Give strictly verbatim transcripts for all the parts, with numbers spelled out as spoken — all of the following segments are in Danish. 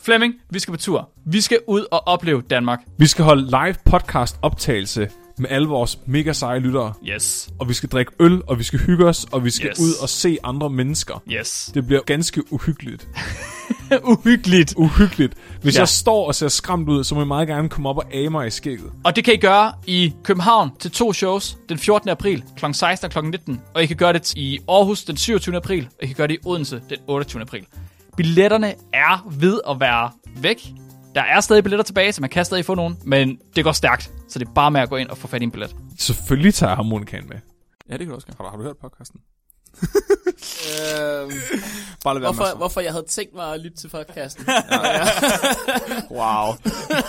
Flemming, vi skal på tur. Vi skal ud og opleve Danmark. Vi skal holde live podcast optagelse med alle vores mega seje lyttere. Yes. Og vi skal drikke øl, og vi skal hygge os, og vi skal yes. ud og se andre mennesker. Yes. Det bliver ganske uhyggeligt. Uhyggeligt. Uhyggeligt. Hvis ja. jeg står og ser skræmt ud, så må jeg meget gerne komme op og age mig i skægget. Og det kan I gøre i København til to shows den fjortende april klokken seksten og klokken nitten. Og I kan gøre det i Aarhus den syvogtyvende april, og I kan gøre det i Odense den otteogtyvende april. Billetterne er ved at være væk. Der er stadig billetter tilbage, så man kan stadig få nogen, men det går stærkt, så det er bare med at gå ind og få fat i en billet. Selvfølgelig tager jeg harmonikaen med. Ja, det kan du også gøre. Har du, har du hørt podcasten? øhm, bare hvorfor, hvorfor jeg havde tænkt mig at lytte til podcasten. Wow.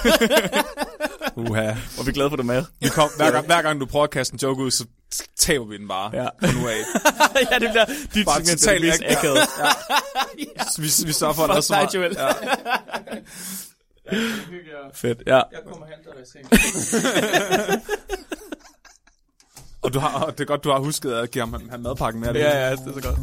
Uha. Hvor er vi glade for det med. Vi kom, hver, gang, hver gang du prøver at kaste en joke ud, så taber vi den bare. Ja. Nu af. Ja, det bliver dit bare totalt mest akavet. Ja. Ja. Så vi, vi sørger for, at der er så meget. Joel. Ja. Fedt, ja. Jeg kommer helt der i seng. Og du har, det er godt, du har husket at give ham, ham madpakken med. Ja, ja, det er så godt.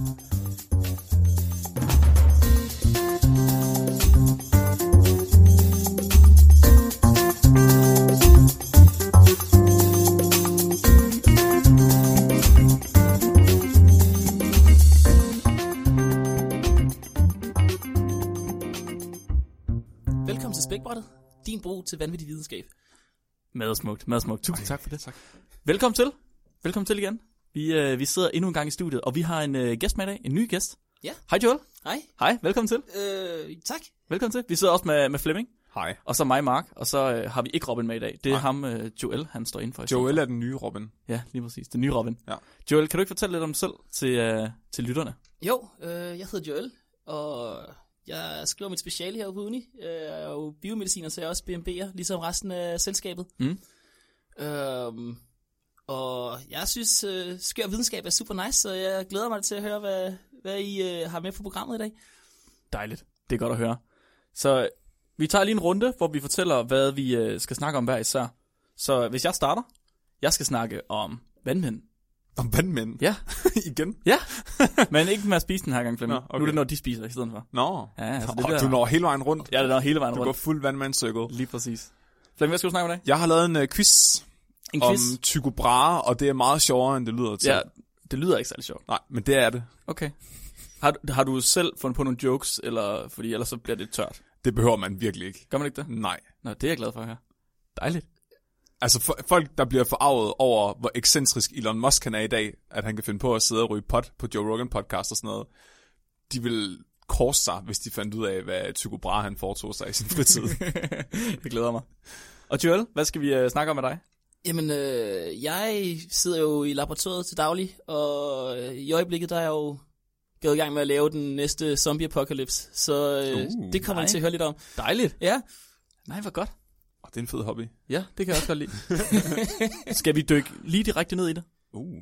Velkommen til Spækbrættet, din bro til vanvittig videnskab. Meget smukt, meget smukt. Tusind tak for det. Tak. Velkommen til. Velkommen til igen. Vi, øh, vi sidder endnu en gang i studiet, og vi har en øh, gæst med i dag. En ny gæst. Ja. Hej Joel. Hej. Hej, velkommen til. Øh, tak. Velkommen til. Vi sidder også med, med Flemming. Hej. Og så mig, Mark. Og så øh, har vi ikke Robin med i dag. Det er Nej. ham, øh, Joel, han står indenfor. Joel er den nye Robin. Ja, lige præcis. Den nye Robin. Ja. Joel, kan du ikke fortælle lidt om dig selv til, øh, til lytterne? Jo, øh, jeg hedder Joel, og jeg skriver mit speciale her på uni. Jeg er jo biomediciner, så jeg er også B M B'er, ligesom resten af selskabet. Mm. Øhm, og jeg synes, øh, skør videnskab er super nice, så jeg glæder mig til at høre, hvad, hvad I øh, har med på programmet i dag. Dejligt. Det er godt at høre. Så vi tager lige en runde, hvor vi fortæller, hvad vi øh, skal snakke om hver især. Så hvis jeg starter, jeg skal snakke om vandmænd. Om vandmænd? Ja. Igen? Ja, men ikke med at spise den her gang, Flemming. Nå, okay. Nu er det, når de spiser i stedet for. Nå. Ja, altså, det Og bliver... du når hele vejen rundt. Ja, det når hele vejen Du rundt. går fuld vandmandscirkel. Lige præcis. Flemming, hvad skal du snakke om i dag? Jeg har lavet en uh, quiz, En quiz? om Tycho Brahe, og det er meget sjovere, end det lyder til. Ja, det lyder ikke særlig sjovt. Nej, men det er det. Okay. Har, du- har du selv fundet på nogle jokes, eller fordi ellers så bliver det tørt? Det behøver man virkelig ikke. Gør man ikke det? Nej. Nå, det er jeg glad for at høre. Dejligt. Altså for, folk, der bliver forarvet over, hvor ekscentrisk Elon Musk han er i dag, at han kan finde på at sidde og ryge pot på Joe Rogan podcast og sådan noget, de vil korse sig, hvis de fandt ud af, hvad Tycho Brahe han foretog sig i sin fritid. Det glæder mig. Og Joel, hvad skal vi uh, snakke om med dig? Jamen, øh, jeg sidder jo i laboratoriet til daglig, og øh, i øjeblikket der er jeg jo gået i gang med at lave den næste zombie-apocalypse, så øh, Uh, det kommer nej. jeg til at høre lidt om. Dejligt. Ja, Nej, hvor godt. Og det er en fed hobby. Ja, det kan jeg også godt lide. Skal vi dykke lige direkte ned i det? Uh.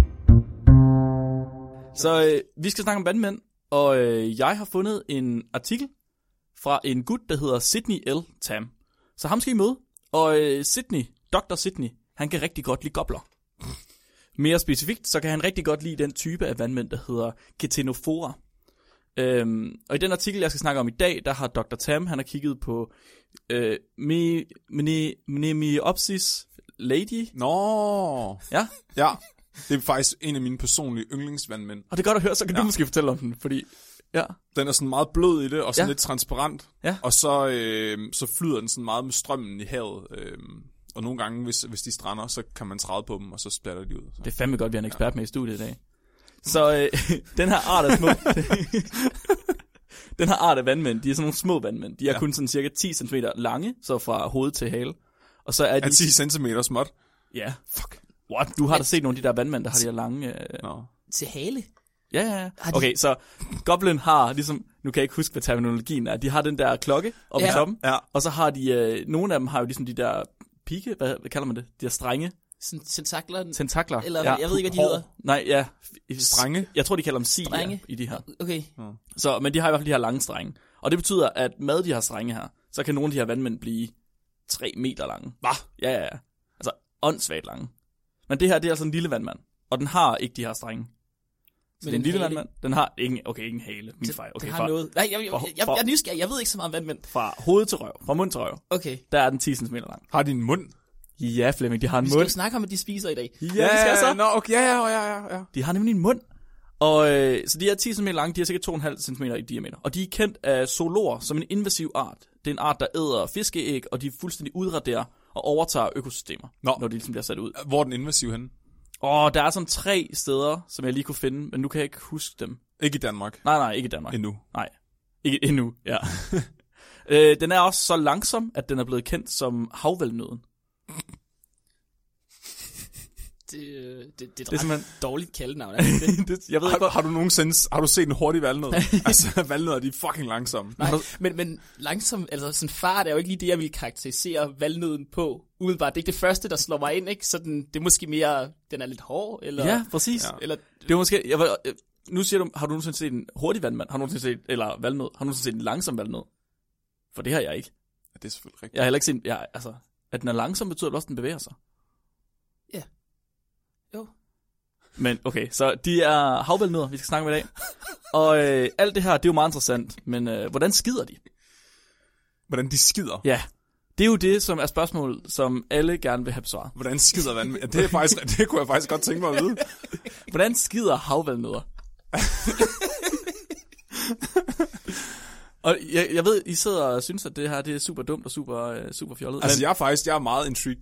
Så øh, vi skal snakke om vandmænd, og øh, jeg har fundet en artikel fra en gut, der hedder Sidney L. Tam. Så ham skal I møde. Og øh, Sidney, doktor Sidney, han kan rigtig godt lide gobler. Mere specifikt, så kan han rigtig godt lide den type af vandmænd, der hedder Ctenophora. Øhm, og i den artikel, jeg skal snakke om i dag, der har doktor Tam, han har kigget på øh, Me, Me, Mnemeopsis lady. Nå. Ja, Ja, det er faktisk en af mine personlige yndlingsvandmænd. og det er godt at høre, så kan ja. du måske fortælle om den, fordi... Ja, Den er sådan meget blød i det, og sådan Ja. lidt transparent. Ja. Og så, øh, så flyder den sådan meget med strømmen i havet. Øh, og nogle gange, hvis, hvis de strander, så kan man træde på dem, og så splatter de ud. Så. det er fandme godt, vi har en ekspert med i studiet i dag. Så øh, den her art af små... den her art af vandmænd, de er sådan nogle små vandmænd. De er ja. kun sådan cirka ti centimeter lange, så fra hoved til hale. Og så er de... Er ti centimeter småt? Ja. Fuck. What? Du har da set nogle af de der vandmænd, der har de her lange... Øh... Nå. til hale. Ja, ja, ja. Har de- Okay, så Goblin har ligesom... Nu kan jeg ikke huske, hvad terminologien er. De har den der klokke oppe Ja. i toppen. Ja. Og så har de... Øh, nogle af dem har jo ligesom de der pigge... Hvad, hvad kalder man det? De der strenge Sådan tentakler. tentakler. Eller jeg ved ikke, hvad de Hår. hedder. Nej, ja. Strenge? Jeg tror, de kalder dem siler Strenge. i de her. Okay. Så, men de har i hvert fald de her lange strenge. Og det betyder, at med de her strenge her, så kan nogle af de her vandmænd blive tre meter lange. Hvad? Ja, ja, ja. Altså åndssvagt lange. Men det her, det er altså en lille vandmand. Og den har ikke de her strenge. Så det er en lille vandmand. Den har ingen, okay, ingen hale. Min det, fejl. Okay, det fra, har noget. Nej, jeg, jeg, jeg, jeg, jeg er nysgerrig. Jeg ved ikke så meget om vandmænd. Fra hoved til røv. Fra mund til røv. Okay. Der er den ti centimeter lang. Har de en mund? Ja, Flemming, de har en Vi mund. skal snakke om, at de spiser i dag. Ja, det skal jeg så. Nå, okay, ja, ja, ja, ja, ja. De har nemlig en mund. Og øh, så de er ti centimeter lange, de er sikkert to komma fem centimeter i diameter. Og de er kendt af zoologer som en invasiv art. Det er en art, der æder fiskeæg, og de fuldstændig udraderer og overtager økosystemer, Nå. når de ligesom bliver sat ud. Hvor er den invasiv henne? Og der er sådan tre steder, som jeg lige kunne finde, men nu kan jeg ikke huske dem. Ikke i Danmark. Nej, nej, ikke i Danmark. Endnu. Nej, ikke endnu, ja. øh, den er også så langsom, at den er blevet kendt som havvalnøden. Det, det, det, det er Det er et simpelthen... dårligt kaldenavn. Er det det? det, jeg ved Har, godt. har du nogensinde har du set en hurtig valnød? Altså, valnødder, de er fucking langsomme. Nej, men, men langsom, altså sådan fart er jo ikke lige det, jeg vil karakterisere valnøden på. Umiddelbart, det er ikke det første, der slår mig ind, ikke? Så den, det er måske mere, den er lidt hård, eller... Ja, præcis. Ja. Ja. Eller, det er måske... Jeg, vil- nu siger du, har du nogensinde set en hurtig vandmand? Har du nogensinde set, eller valnød? Har du nogensinde set en langsom valnød? For det har jeg ikke. Ja, det er selvfølgelig rigtigt. Jeg har heller ikke set... Jeg, altså, at den er langsom, betyder det også, at den bevæger sig. Ja. Jo. Men okay, så de er havvalnødder, vi skal snakke med i dag. Og øh, alt det her, det er jo meget interessant. Men øh, hvordan skider de? Hvordan de skider? Ja, det er jo det, som er spørgsmål, som alle gerne vil have besvaret. Hvordan skider vandmænd? Ja, det, er faktisk, det kunne jeg faktisk godt tænke mig at vide. Hvordan skider havvalnødder? Og jeg, jeg ved, I sidder og synes, at det her det er super dumt og super, øh, super fjollet. Altså, Men, jeg er faktisk jeg er meget intrigued.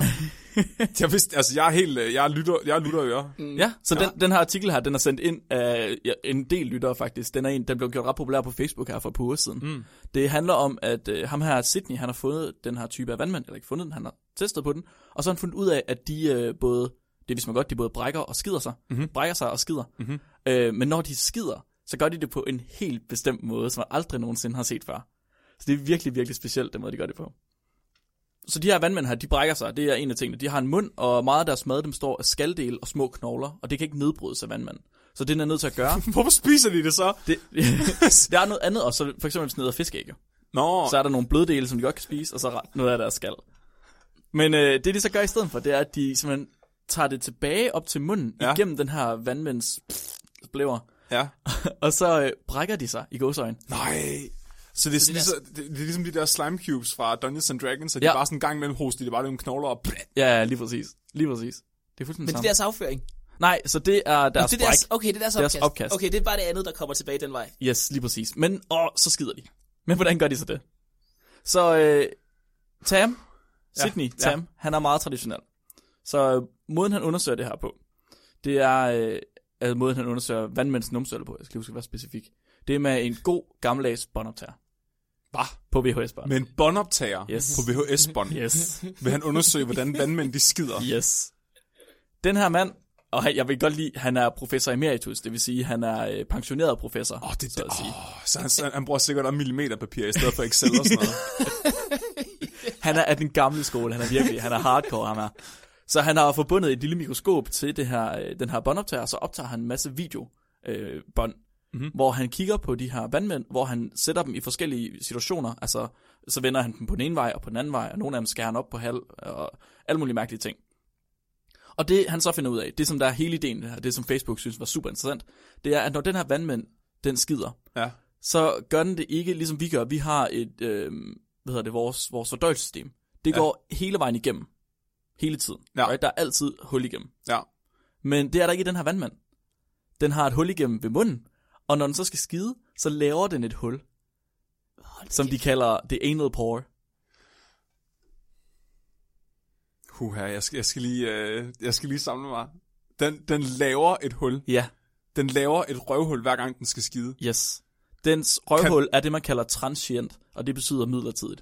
jeg vidste, altså, jeg er helt, jeg er lytter, jeg er lytter øre. mm. Ja, så Ja. Den, den her artikel her, den er sendt ind af ja, en del lyttere faktisk. Den er en, den blev gjort ret populær på Facebook her for et par uger siden. Mm. Det handler om, at øh, ham her, Sydney, han har fundet den her type af vandmand, eller ikke fundet den, han har testet på den, og så har han fundet ud af, at de øh, både, det vidste man godt, de både brækker og skider sig, Mhm. brækker sig og skider. Mhm. Øh, men når de skider, så gør de det på en helt bestemt måde, som man aldrig nogensinde har set før. Så det er virkelig, virkelig specielt, den måde, de gør det på. Så de her vandmænd her, de brækker sig, det er en af tingene. De har en mund, og meget af deres mad, dem står af skaldel og små knogler, og det kan ikke nedbrydes af vandmanden. Så det er nødt til at gøre. Hvorfor spiser de det så? Det, der er noget andet også, for eksempel sådan noget fiskeæg. Nå, Så er der nogle bløddele, som de godt kan spise, og så noget af deres skal. Men øh, det, de så gør i stedet for, det er, at de simpelthen tager det tilbage op til munden, Ja. ja. igennem den her vandmænds blæver, ja. og så øh, brækker de sig i gåseøjne. Nej. Så det er, Så det så er det, det, det er ligesom de der slime cubes fra Dungeons and Dragons, så de Ja. bare sådan en gang mellem hoster, de bare nogle knogler og... Ja, lige præcis. Lige præcis. Det er fuldstændig Men det er samme. deres afføring. Nej, så det er deres det er bræk. deres, okay, det er deres, Deres opkast. opkast. Okay, det er bare det andet, der kommer tilbage den vej. Yes, lige præcis. Men, åh, så skider de. Men hvordan gør de så det? Så øh, Tam, Ja, Sydney ja. Tam, han er meget traditionel. Så øh, måden han undersøger det her på, det er øh, at måden han undersøger vandmænds numsøjle på, jeg skal huske at være specifik. Det er med en god gammeldags båndoptager. Hvad? På V H S-bånd. Med en båndoptager Yes. på V H S-bånd. Yes. Vil han undersøge, hvordan vandmænd de skider? Yes. Den her mand, og han- jeg vil godt lide, han er professor emeritus, det vil sige, han er øh, pensioneret professor. Åh, oh, det så er at sige. oh, så han, så han bruger sikkert om millimeterpapir i stedet for Excel og sådan noget. Han er af den gamle skole, han er virkelig, han er hardcore, ham her. Så han har forbundet et lille mikroskop til det her, øh, den her båndoptager, og så optager han en masse video øh, bånd, Mhm. hvor han kigger på de her vandmænd, hvor han sætter dem i forskellige situationer, altså så vender han dem på den ene vej og på den anden vej, og nogle af dem skærer han op på halv, og alle mulige mærkelige ting. Og det han så finder ud af, det som der er hele ideen, det, her, det som Facebook synes var super interessant, det er, at når den her vandmænd, den skider, Ja. så gør den det ikke, ligesom vi gør. Vi har et, øh, hvad hedder det, vores, vores fordøjelsessystem. Det Ja. går hele vejen igennem. Hele tiden. Ja. Right? Der er altid hul igennem. Ja. Men det er der ikke i den her vandmand. Den har et hul igennem ved munden, og når den så skal skide, så laver den et hul, Hold som kæft. de kalder det anal pore. Huha, jeg skal, jeg skal lige, øh, jeg skal lige samle mig. Den, den laver et hul. Ja, Den laver et røvhul, hver gang den skal skide. yes. Dens røvhul kan... er det, man kalder transient, og det betyder midlertidigt.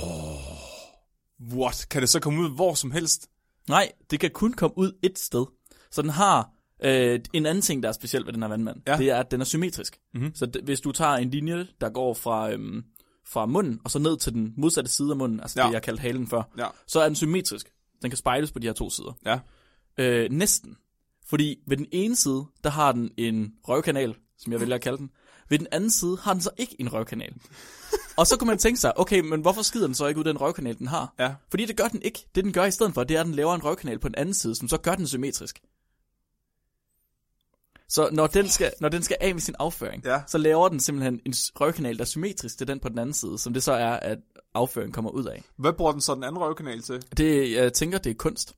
What? Kan det så komme ud hvor som helst? Nej, det kan kun komme ud et sted. Så den har øh, en anden ting, der er specielt ved den her vandmand. Ja. Det er, at den er symmetrisk. Mhm. Så d- hvis du tager en linje, der går fra, øhm, fra munden, og så ned til den modsatte side af munden, altså Ja. det, jeg kaldte halen før, Ja. så er den symmetrisk. Den kan spejles på de her to sider. Ja. Øh, næsten. Fordi ved den ene side, der har den en røvkanal, som jeg vælger at kalde den. Ved den anden side har den så ikke en røvkanal. Og så kunne man tænke sig, okay, men hvorfor skider den så ikke ud den røvkanal, den har? Ja. Fordi det gør den ikke. Det den gør i stedet for, det er, at den laver en røvkanal på den anden side, som så gør den symmetrisk. Så når den skal, når den skal af med sin afføring, Ja. så laver den simpelthen en røvkanal, der er symmetrisk til den på den anden side, som det så er, at afføringen kommer ud af. Hvad bruger den så den anden røvkanal til? Det, jeg tænker, det er kunst.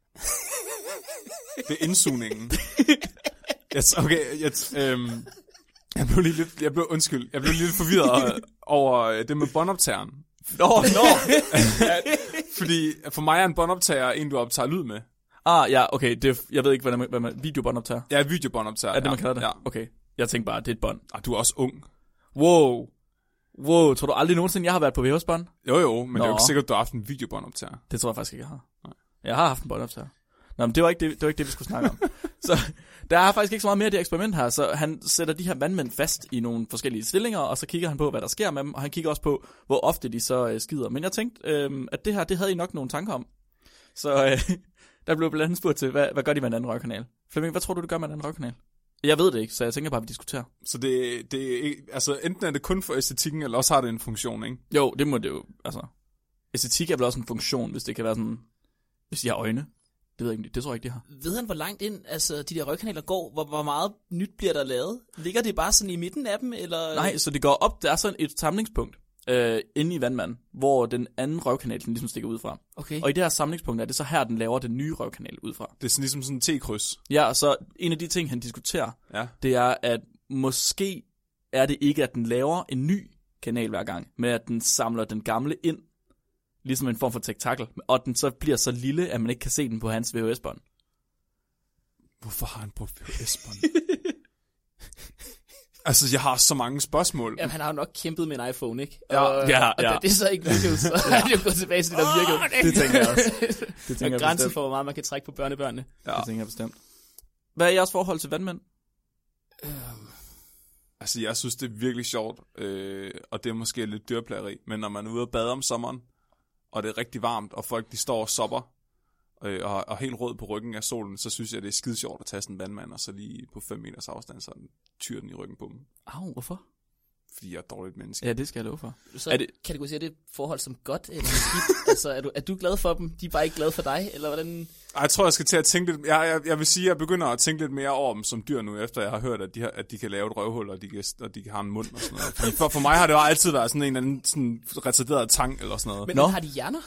Det er indsugningen. yes, okay, jeg, øhm, jeg blev lige lidt, jeg blev, undskyld, jeg blev lidt forvirret over det med båndoptageren. Nå, nå! Fordi for mig er en båndoptager en, du optager lyd med. Ah, ja, okay, det, jeg ved ikke, hvad man, hvad man videobåndoptager. Ja, videobåndoptager. Er det, ja. man kalder det? Ja. Okay, jeg tænkte bare, det er et bånd. Ah, du er også ung. Wow. Wow, tror du aldrig nogensinde, jeg har været på V H S-bånd? Jo jo, men Nå. det er jo ikke sikkert, at du har haft en videobåndoptager. Det tror jeg faktisk ikke, jeg har. Nej. Jeg har haft en båndoptager. Nå, men det var ikke det, det, var ikke det vi skulle snakke om. Så der er faktisk ikke så meget mere af det eksperiment her, så han sætter de her vandmænd fast i nogle forskellige stillinger, og så kigger han på, hvad der sker med dem, og han kigger også på, hvor ofte de så øh, skider. Men jeg tænkte, øh, at det her, det havde I nok nogle tanker om. Så øh, der blev blandt andet spurgt til, hvad, hvad gør de med en anden røvkanal? Flemming, hvad tror du, det gør med en anden røvkanal? Jeg ved det ikke, så jeg tænker bare, at vi diskuterer. Så det, det er ikke, altså enten er det kun for æstetikken, eller også har det en funktion, ikke? Jo, det må det jo, altså. Æstetik er vel også en funktion, hvis det kan være sådan, hvis de har øjne. Det ved jeg ikke, det tror jeg ikke, de har. Ved han, hvor langt ind altså, de der røgkanaler går? Hvor, hvor meget nyt bliver der lavet? Ligger det bare sådan i midten af dem? Eller? Nej, så det går op, der er sådan et samlingspunkt øh, inde i vandmanden, hvor den anden røvkanal, den ligesom stikker ud fra. Okay. Og i det her samlingspunkt er det så her, den laver den nye røvkanal ud fra. Det er sådan ligesom sådan en T-kryds. Ja, og så en af de ting, han diskuterer, Ja. det er, at måske er det ikke, at den laver en ny kanal hver gang, men at den samler den gamle ind, ligesom en form for tektakel, og den så bliver så lille, at man ikke kan se den på hans V H S-bånd. Hvorfor har han brugt V H S-bånd? Altså, jeg har så mange spørgsmål. Jamen, han har jo nok kæmpet med en iPhone, ikke? Ja, og, ja, og ja. da det så ikke lykkedes, så er det jo gået tilbage til det, der virkede. Det tænker jeg også. Det tænker og jeg grænsen bestemt. for, hvor meget man kan trække på børnebørnene. Ja. Det tænker jeg bestemt. Hvad er jeres forhold til vandmænd? Øhm, Altså, jeg synes, det er virkelig sjovt, øh, og det er måske lidt dyrplageri, men når man er ude og bade om sommeren, og det er rigtig varmt, og folk de står og sopper, øh, og, og helt rød på ryggen af solen, så synes jeg, det er skide sjovt at tage sådan en vandmand, og så lige på fem meters afstand, så tyrer den i ryggen på dem. Au, hvorfor? Fordi jeg er et dårligt menneske. Ja, det skal jeg love for. så Er det- kategoriserer det forhold som godt eller skidt? Altså, er du, er du glad for dem? De er bare ikke glade for dig? Eller hvordan? Ej, jeg tror, jeg skal til at tænke lidt... Jeg, jeg, jeg vil sige, at jeg begynder at tænke lidt mere over dem som dyr nu, efter jeg har hørt, at de, har, at de kan lave et røvhul, og de kan, og de kan have en mund og sådan noget. Fordi for, for mig har det jo altid været sådan en eller anden sådan retarderet tang eller sådan noget. Men Nå. har de hjerner?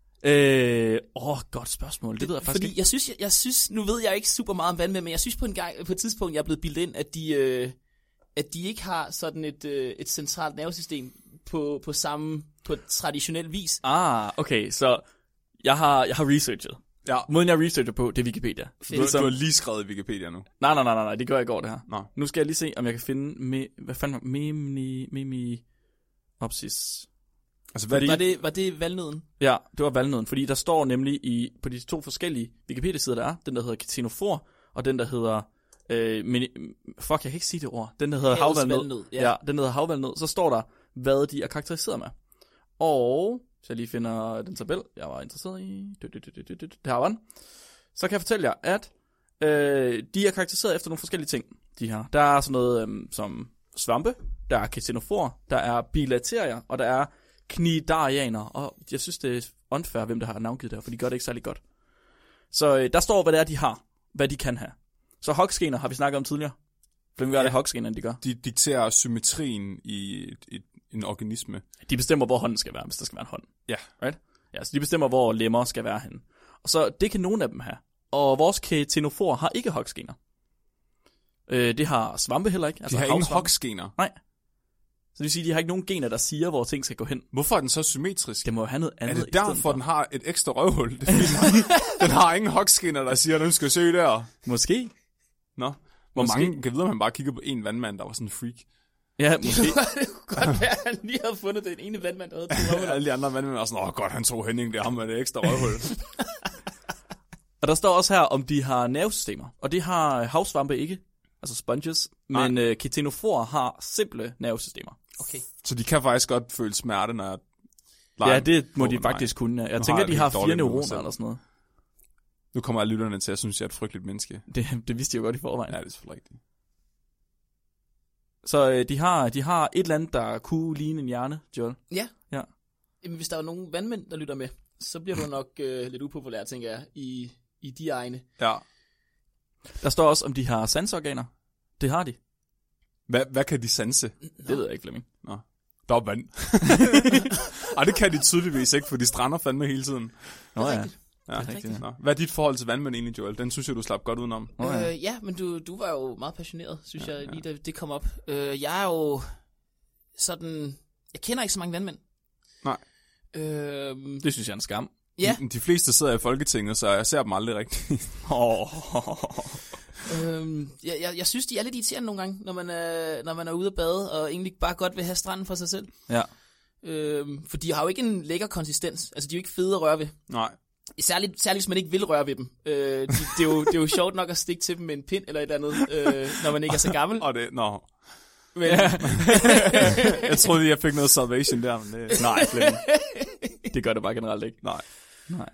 Øh, åh, godt spørgsmål. Det ved jeg faktisk Fordi ikke. jeg synes, jeg, jeg synes, nu ved jeg ikke super meget om vandmænd, men jeg synes på en gang, på et tidspunkt, jeg er blevet bildet ind, at de, øh, at de ikke har sådan et, øh, et centralt nervesystem på, på samme, på et traditionel vis. Ah, okay, så jeg har, jeg har researchet. Ja, Måden jeg researcher på, det er Wikipedia. du, Fedt. du Som, har lige skrevet i Wikipedia nu. nej, nej, nej, nej, nej, det gør jeg i går, det her. Nå. Nu skal jeg lige se, om jeg kan finde, me, hvad fanden, memi, memi, opsis. Altså, hvad er Var det? det, var det valgnøden? Ja, det var valgnøden, fordi der står nemlig i, på de to forskellige Wikipedia-sider, der er, den der hedder Ktinofor, og den der hedder, øh, mini, fuck, jeg kan ikke sige det ord, den der hedder Havets havvalnød. valnød, Ja. ja. ja, den der hedder havvalnød, så står der, hvad de er karakteriseret med. Og, så jeg lige finder den tabel, jeg var interesseret i, det, det, det, det, det, det, det her var den. Så kan jeg fortælle jer, at øh, de er karakteriseret efter nogle forskellige ting, de her. Der er sådan noget øh, som svampe, der er ktinofor, der er bilaterier, og der er knidarianer, og jeg synes, det er unfair, hvem der har navngivet det her, for de gør det ikke særlig godt. Så øh, der står, hvad det er, de har, hvad de kan have. Så hogsgener har vi snakket om tidligere. Hvem gør Ja. det hogsgenerne, de gør? De dikterer symmetrien i et, et, en organisme. De bestemmer, hvor hånden skal være, hvis der skal være en hånd. Ja. Right? Ja, så de bestemmer, hvor lemmer skal være henne. Og så det kan nogen af dem have. Og vores ktinofor har ikke hogsgener. Øh, det har svampe heller ikke. De har ingen havsvampe. hogsgener. Så det vil sige, de har ikke nogen gener, der siger, hvor ting skal gå hen. Hvorfor er den så symmetrisk? Det må jo have noget Er andet. det i stedet derfor, for. den har et ekstra røvhul? Det er fordi, den, har, den har ingen hogsgener, der siger, at den skal søge der. Måske. Nå. Hvor Måske. mange kan vide, at man bare kigger på en vandmand, der var sådan en freak? Ja, måske. det kunne godt være, at han lige havde fundet den ene vandmand, der havde Alle de andre vandmænd var sådan, åh godt, han tog Henning, det er ham med det ekstra røvhul. Og der står også her, om de har nervesystemer. Og det har havsvampe ikke. Altså sponges. Men øh, ktinofor har simple nervesystemer. Okay. Så de kan faktisk godt føle smerte, når jeg leger Ja, det må på de mig. faktisk kunne. Jeg Nu tænker, har jeg de det har helt fire dårligt med mig neuroner selv. eller sådan noget. Nu kommer jeg lytterne til, at jeg synes, jeg er et frygteligt menneske. Det, det vidste jeg jo godt i forvejen. Ja, det er selvfølgelig rigtigt. Så øh, de, har, de har et eller andet, der kunne ligne en hjerne, Joel. Ja. Ja. Jamen, hvis der er nogen vandmænd, der lytter med, så bliver du nok øh, lidt upopulær, tænker jeg, i, i de egne. Ja. Der står også, om de har sanseorganer. Det har de. Hvad, hvad kan de sanse? Det ved jeg ikke, Flemming. Nå. Der er vand. Ej, det kan de tydeligvis ikke, for de strander fandme hele tiden. Nå Det er ja. rigtigt. Ja. Det er rigtigt. Nå. Hvad er dit forhold til vandmænd egentlig, Joel? Den synes jeg, du slap godt udenom. Nå ja. Øh, ja, men du, du var jo meget passioneret, synes Ja, ja, jeg, ja. lige da det kom op. Øh, jeg er jo sådan... Jeg kender ikke så mange vandmænd. Nej. Øh, Det synes jeg er en skam. ja, De, de fleste sidder i Folketinget, så jeg ser dem aldrig rigtigt. Oh. øh, jeg, jeg, jeg synes, de er lidt irriterende nogle gange, når man er, når man er ude at bade, og egentlig bare godt vil have stranden for sig selv. Ja. Øh, for de har jo ikke en lækker konsistens. Altså, de er jo ikke fede at røre ved. Nej. Særligt, særligt hvis man ikke vil røre ved dem. Øh, de, det, er jo, det er jo sjovt nok at stikke til dem med en pind eller et eller andet, øh, når man ikke er så gammel. Og det, nå. Men, Jeg troede, jeg fik noget salvation der, men det... Nej, Flemming. Det gør det bare generelt ikke. Nej. Nej.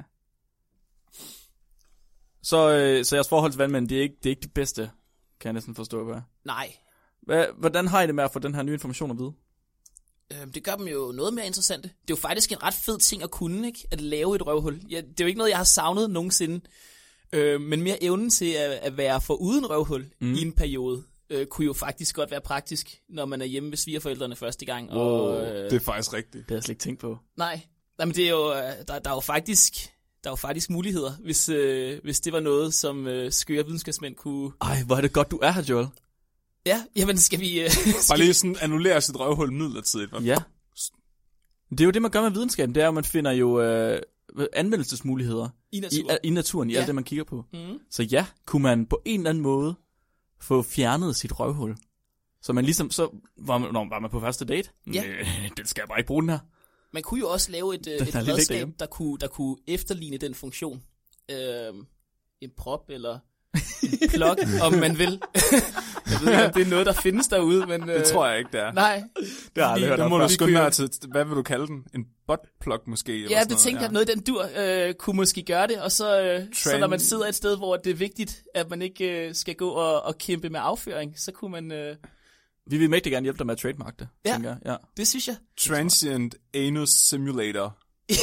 Så, øh, så jeres forhold til vandmænd, det er ikke det, er ikke det bedste, kan jeg næsten forstå. Hvad. nej, Hvad, hvordan har I det med at få den her nye information at vide? øh, det gør dem jo noget mere interessante. Det er jo faktisk en ret fed ting at kunne, ikke? At lave et røvhul. Ja, det er jo ikke noget, jeg har savnet nogensinde. Øh, men mere evnen til at, at være for uden røvhul mm. i en periode, øh, kunne jo faktisk godt være praktisk, når man er hjemme ved svigerforældrene første gang. Wow, og, øh, Det er faktisk rigtigt. Det har jeg slet ikke tænkt på. Nej, nej, men det er jo, øh, der, der er jo faktisk... Der er jo faktisk muligheder, hvis, øh, hvis det var noget, som øh, skøre videnskabsmænd kunne... Ej, hvor er det godt, du er her, Joel. Ja, jamen skal vi... Øh, Bare skal lige sådan annullere sit røvhul midlertidigt. hva'? Ja. Det er jo det, man gør med videnskaben. Det er jo, at man finder jo øh, anvendelsesmuligheder I i, naturen. i naturen, i Ja. alt det, man kigger på. Mm. Så ja, kunne man på en eller anden måde få fjernet sit røvhul. Så man ligesom, så var man, når var man på første date. Ja. Øh, den skal jeg bare ikke bruge den her. Man kunne jo også lave et, øh, Den et er lidt redskab, derhjemme. der kunne, der kunne efterligne den funktion. Øh, en prop eller en plug, om man vil. Jeg ved ikke, om det er noget, der findes derude, men... Øh, Det tror jeg ikke, det er. Nej. Det har jeg aldrig hørt Det om må før. du skynde dig til, hvad vil du kalde den? En buttplug måske? Eller Ja, sådan det tænker jeg, noget, noget i den dur øh, kunne måske gøre det, og så, øh, så når man sidder et sted, hvor det er vigtigt, at man ikke øh, skal gå og, og kæmpe med afføring, så kunne man... Øh, Vi vil mægtig gerne hjælpe dig med at trademark det, Ja. tænker jeg. Ja. det synes jeg. Transient Anus Simulator.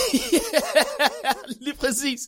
Lige præcis.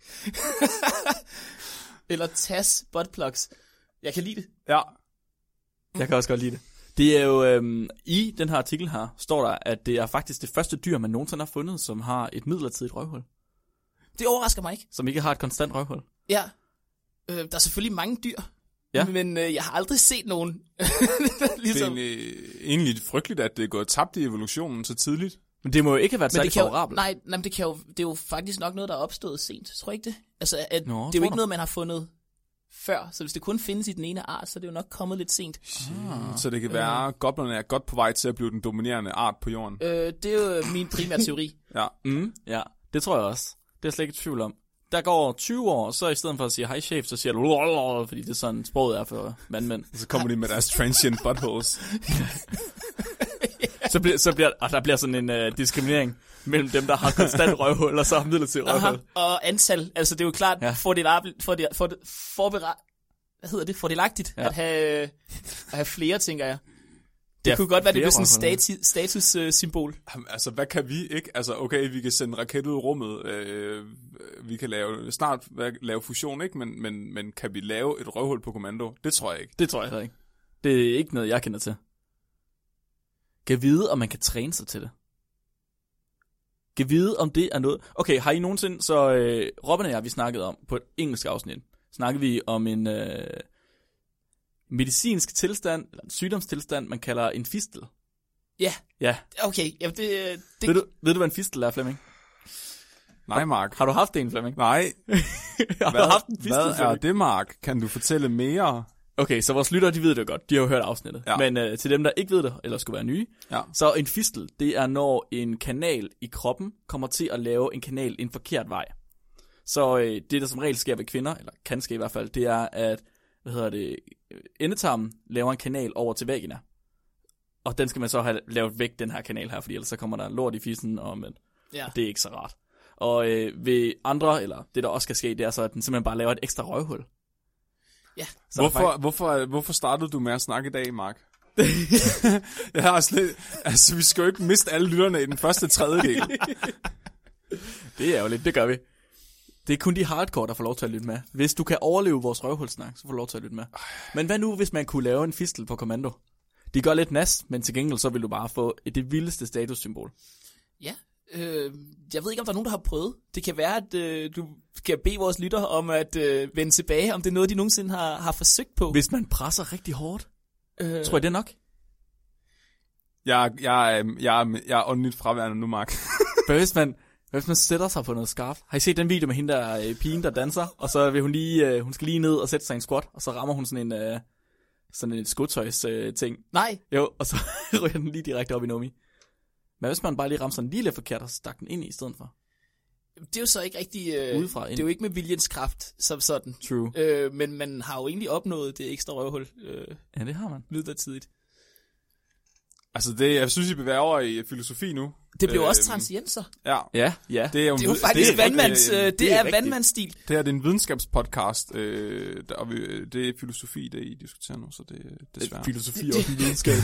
Eller T A S buttplugs. Jeg kan lide det. Ja. Jeg kan også godt lide det. Det er jo, øhm, i den her artikel her, står der, at det er faktisk det første dyr, man nogensinde har fundet, som har et midlertidigt røvhul. Det overrasker mig ikke. Som ikke har et konstant røvhul. Ja. Øh, der er selvfølgelig mange dyr. Ja. Men øh, jeg har aldrig set nogen. Det er ligesom. egentlig, egentlig frygteligt, at det er gået tabt i evolutionen så tidligt. Men det må jo ikke have været Men det særlig kan jo, favorabelt. nej, nej, men det, kan jo, det er jo faktisk nok noget, der er opstået sent. Tror jeg ikke det? Altså, at, Nå, det er tror jo ikke du? noget, man har fundet før. Så hvis det kun findes i den ene art, så er det jo nok kommet lidt sent. Ah. Så det kan være, at goblerne er godt på vej til at blive den dominerende art på jorden. Øh, det er jo min primære teori. Ja. Mm, ja, det tror jeg også. Det er jeg slet ikke i tvivl om. Der går tyve år, så i stedet for at sige hej chef, så siger du, fordi det er sådan sproget er for vandmænd. Og så kommer de med deres transient buttholes. Så bliver, så bliver, og der bliver sådan en uh, diskriminering mellem dem, der har konstant røvhul, og så har midlertidigt Aha, røvhul. og antal. Altså, det er jo klart, Ja. ja. for det, for det, for det, for hvad hedder det, fordelagtigt Ja. ja. at, have, at have flere, tænker jeg. Det Ja, kunne godt være, det flere blev sådan en røvhuller. stati, statussymbol. Jamen, altså, hvad kan vi ikke? Altså, okay, vi kan sende en raket ud i rummet. Øh, vi kan lave, snart lave fusion, ikke? Men, men, men kan vi lave et røvhul på kommando? Det tror jeg ikke. Det tror jeg heller ikke. Det er ikke noget, jeg kender til. Kan vide, om man kan træne sig til det. Kan vide, om det er noget... Okay, har I nogensinde... Så øh, Robin og jeg, vi snakkede om på et engelsk afsnit, snakkede vi om en øh, medicinsk tilstand, eller en sygdomstilstand, man kalder en fistel. Ja, Ja. okay. Jamen, det, det, Ved du, ved du, hvad en fistel er, Flemming? Nej, Mark. Har du haft en, Flemming? Nej. Har Hvad, du haft en fistel, hvad er Flemming? det, Mark? Kan du fortælle mere? Okay, så vores lyttere, de ved det jo godt. De har jo hørt afsnittet. Ja. Men øh, til dem, der ikke ved det, eller skulle være nye, Ja. så en fistel, det er, når en kanal i kroppen kommer til at lave en kanal en forkert vej. Så øh, det, der som regel sker ved kvinder, eller kan ske i hvert fald, det er, at hvad hedder det, øh, endetarmen laver en kanal over til vagina. Og den skal man så have lavet væk, den her kanal her, fordi ellers så kommer der lort i fissen, og men, ja. det er ikke så rart. Og øh, ved andre, eller det der også skal ske, det er så, at den simpelthen bare laver et ekstra røvhul. Ja. Så er der Hvorfor, hvorfor, hvorfor startede du med at snakke i dag, Mark? Jeg har slet... Altså, vi skal jo ikke miste alle lytterne i den første tredjedel. Det er jo lidt, det gør vi. Det er kun de hardcore, der får lov til at lytte med. Hvis du kan overleve vores røvhulsnak, så får du lov til at lytte med. Men hvad nu, hvis man kunne lave en fistel på kommando? De gør lidt nas, men til gengæld så vil du bare få det vildeste statussymbol. Ja, øh, jeg ved ikke, om der er nogen, der har prøvet. Det kan være, at øh, du skal bede vores lytter om at øh, vende tilbage, om det er noget, de nogensinde har, har forsøgt på. Hvis man presser rigtig hårdt, øh, tror jeg det er nok. Jeg, jeg, er- jeg, er- jeg er åndeligt fraværende nu, Mark. Hvad hvis man, hvad hvis man sætter sig på noget skarpt? Har I set den video med hende der øh, pigen, der danser? Og så vil hun lige, øh, hun skal lige ned og sætte sig i en squat, og så rammer hun sådan en, øh, sådan en skudtøjs øh, ting. Nej, Jo, og så ryger den lige direkte op i Nomi. Men hvis man bare lige rammer sådan lige lidt forkert, og så stak den ind i, i stedet for. det er jo så ikke rigtig... Øh, Udefra ind. det er jo ikke med viljens kraft som sådan. True. Øh, men man har jo egentlig opnået det ekstra røvhul øh, Ja, det har man. midlertidigt. Altså, det, jeg synes, I bevæger over i filosofi nu. Det blev Øhm, også transienser. Ja, Ja, ja. det er jo, Det er jo en vid- faktisk det er, vandmands, øh, øh, det, det er er rigtigt. vandmandsstil. Det her det er en videnskabspodcast, øh, der, og vi, det er filosofi, det I diskuterer nu, så det er desværre. Filosofi og videnskab.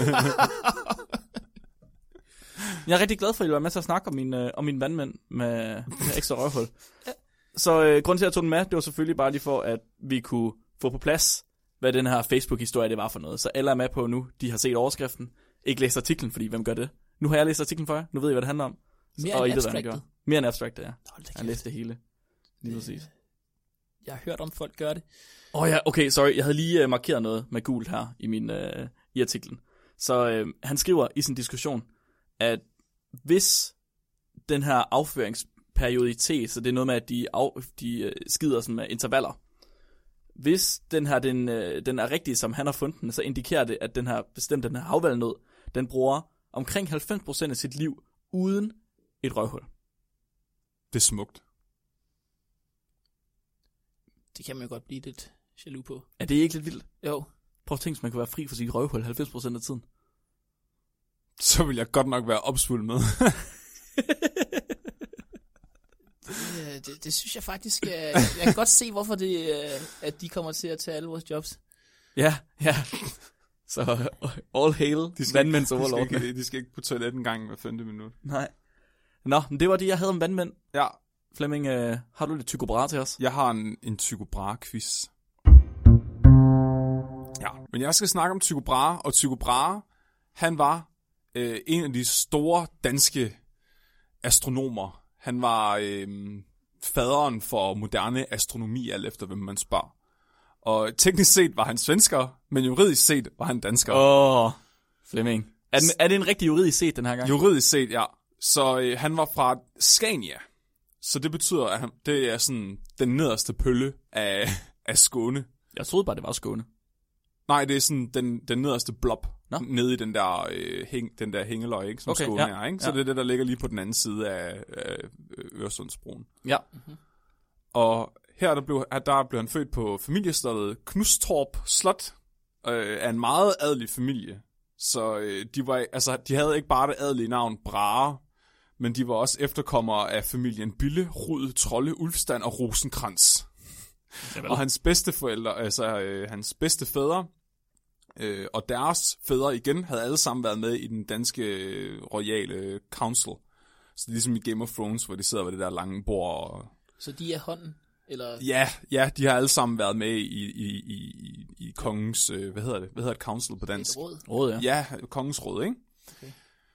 Jeg er rigtig glad for, at I var med til at snakke om min, øh, om mine vandmænd med, med ekstra røvhul. Så øh, grunden til, at jeg tog den med, det var selvfølgelig bare lige for, at vi kunne få på plads, hvad den her Facebook-historie det var for noget. Så alle er med på nu, de har set overskriften, ikke læst artiklen, fordi hvem gør det? Nu har jeg læst artiklen for jer, nu ved I, hvad det handler om. Mere og I end ved, hvad han abstracted. gør. Mere end abstracted, ja. Hold da Jeg har kæft. læst det hele. Lige præcis. Jeg har hørt om folk gøre det. Åh oh, ja, okay, sorry. Jeg havde lige uh, markeret noget med gult her i min uh, i artiklen. Så uh, han skriver i sin diskussion, at hvis den her afføringsperioditet, så det er noget med, at de, af, de uh, skider sådan med intervaller, hvis den her den, uh, den er rigtig, som han har fundet den, så indikerer det, at den her bestemt den her havvalnød, den bruger omkring halvfems procent af sit liv uden et røvhul. Det er smukt. Det kan man jo godt blive lidt jaloux på. Er det ikke lidt vildt? Jo. Prøv at tænke, hvis man kunne være fri for sit røvhul halvfems procent af tiden. Så vil jeg godt nok være opsvulmet med. Det, det, det synes jeg faktisk... Jeg, jeg kan godt se, hvorfor det, øh, at de kommer til at tage alle vores jobs. Ja, ja. Så all hail, De skal, vandmænds ikke, de, skal overlord. ikke, de skal ikke på toilet en gang hver femte minut. Nej. Nå, men det var det, jeg havde om vandmænd. Ja, Flemming, øh, har du lidt Tycho Brahe til os? jeg har en, en Tycho Brahe-quiz. Ja, men jeg skal snakke om Tycho Brahe, og Tycho Brahe, han var øh, en af de store danske astronomer. Han var øh, faderen for moderne astronomi, alt efter hvem man spørger. Og teknisk set var han svensker, men juridisk set var han dansker. Åh, oh, Flemming. Er, den, er det en rigtig juridisk set den her gang? Juridisk set, ja. Så øh, han var fra Scania. Så det betyder, at han, det er sådan den nederste pølle af, af Skåne. Jeg troede bare, det var Skåne. Nej, det er sådan den, den nederste blob, Nå. nede i den der, øh, hæng, den der hængeløg, ikke, som Okay, Skåne ja, er. Ikke? Så ja. det er det, der ligger lige på den anden side af, af Øresundsbroen. Ja. Og her der blev, der blev han født på familieslottet Knustorp Slot øh, af en meget adelig familie. Så øh, de, var, altså, de havde ikke bare det adelige navn Brahe, men de var også efterkommere af familien Bille, Rud, Trolle, Ulfstand og Rosenkrantz. Og hans bedste forældre, altså øh, hans bedste fædre, øh, og deres fædre igen, havde alle sammen været med i den danske øh, royale council. Så det er ligesom i Game of Thrones, hvor de sidder ved det der lange bord. Og... Så de er hånden? Eller... Ja, ja, de har alle sammen været med i, i, i, i, i kongens, øh, hvad hedder det? Hvad hedder det? Council på dansk? Et råd? Råd, ja. Ja, kongens råd, ikke? Okay.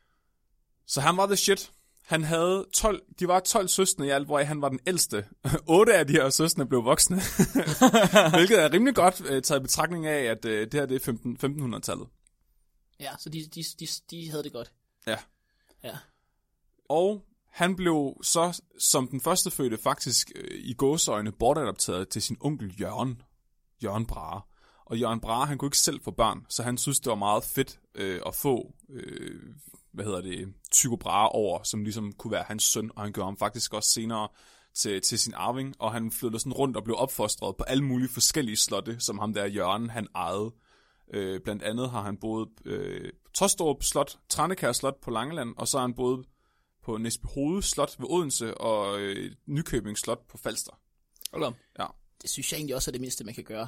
Så han var the shit. Han havde tolv, de var tolv søstre i alt, hvor han var den ældste. otte af de her søstre blev voksne. Hvilket er rimelig godt uh, taget i betragtning af, at uh, det her det er femten hundrede-tallet. Ja, så de, de, de, de havde det godt. Ja. Ja. Og han blev så som den første fødte faktisk uh, i gåseøjne bortadopteret til sin onkel Jørgen. Jørgen Brahe. Og Jørgen Brahe, han kunne ikke selv få børn, så han synes, det var meget fedt uh, at få... Uh, hvad hedder det, Tycho Brahe over, som ligesom kunne være hans søn, og han gjorde ham faktisk også senere til, til sin arving, og han flyttede sådan rundt og blev opfostret på alle mulige forskellige slotte, som ham der Jørgen, han ejede. Øh, blandt andet har han boet øh, Tostrup Slot, Tranekær Slot på Langeland, og så har han boet på Næsbyhoved Slot ved Odense, og øh, Nykøbing Slot på Falster. Hold om. Ja. Det synes jeg egentlig også er det mindste, man kan gøre.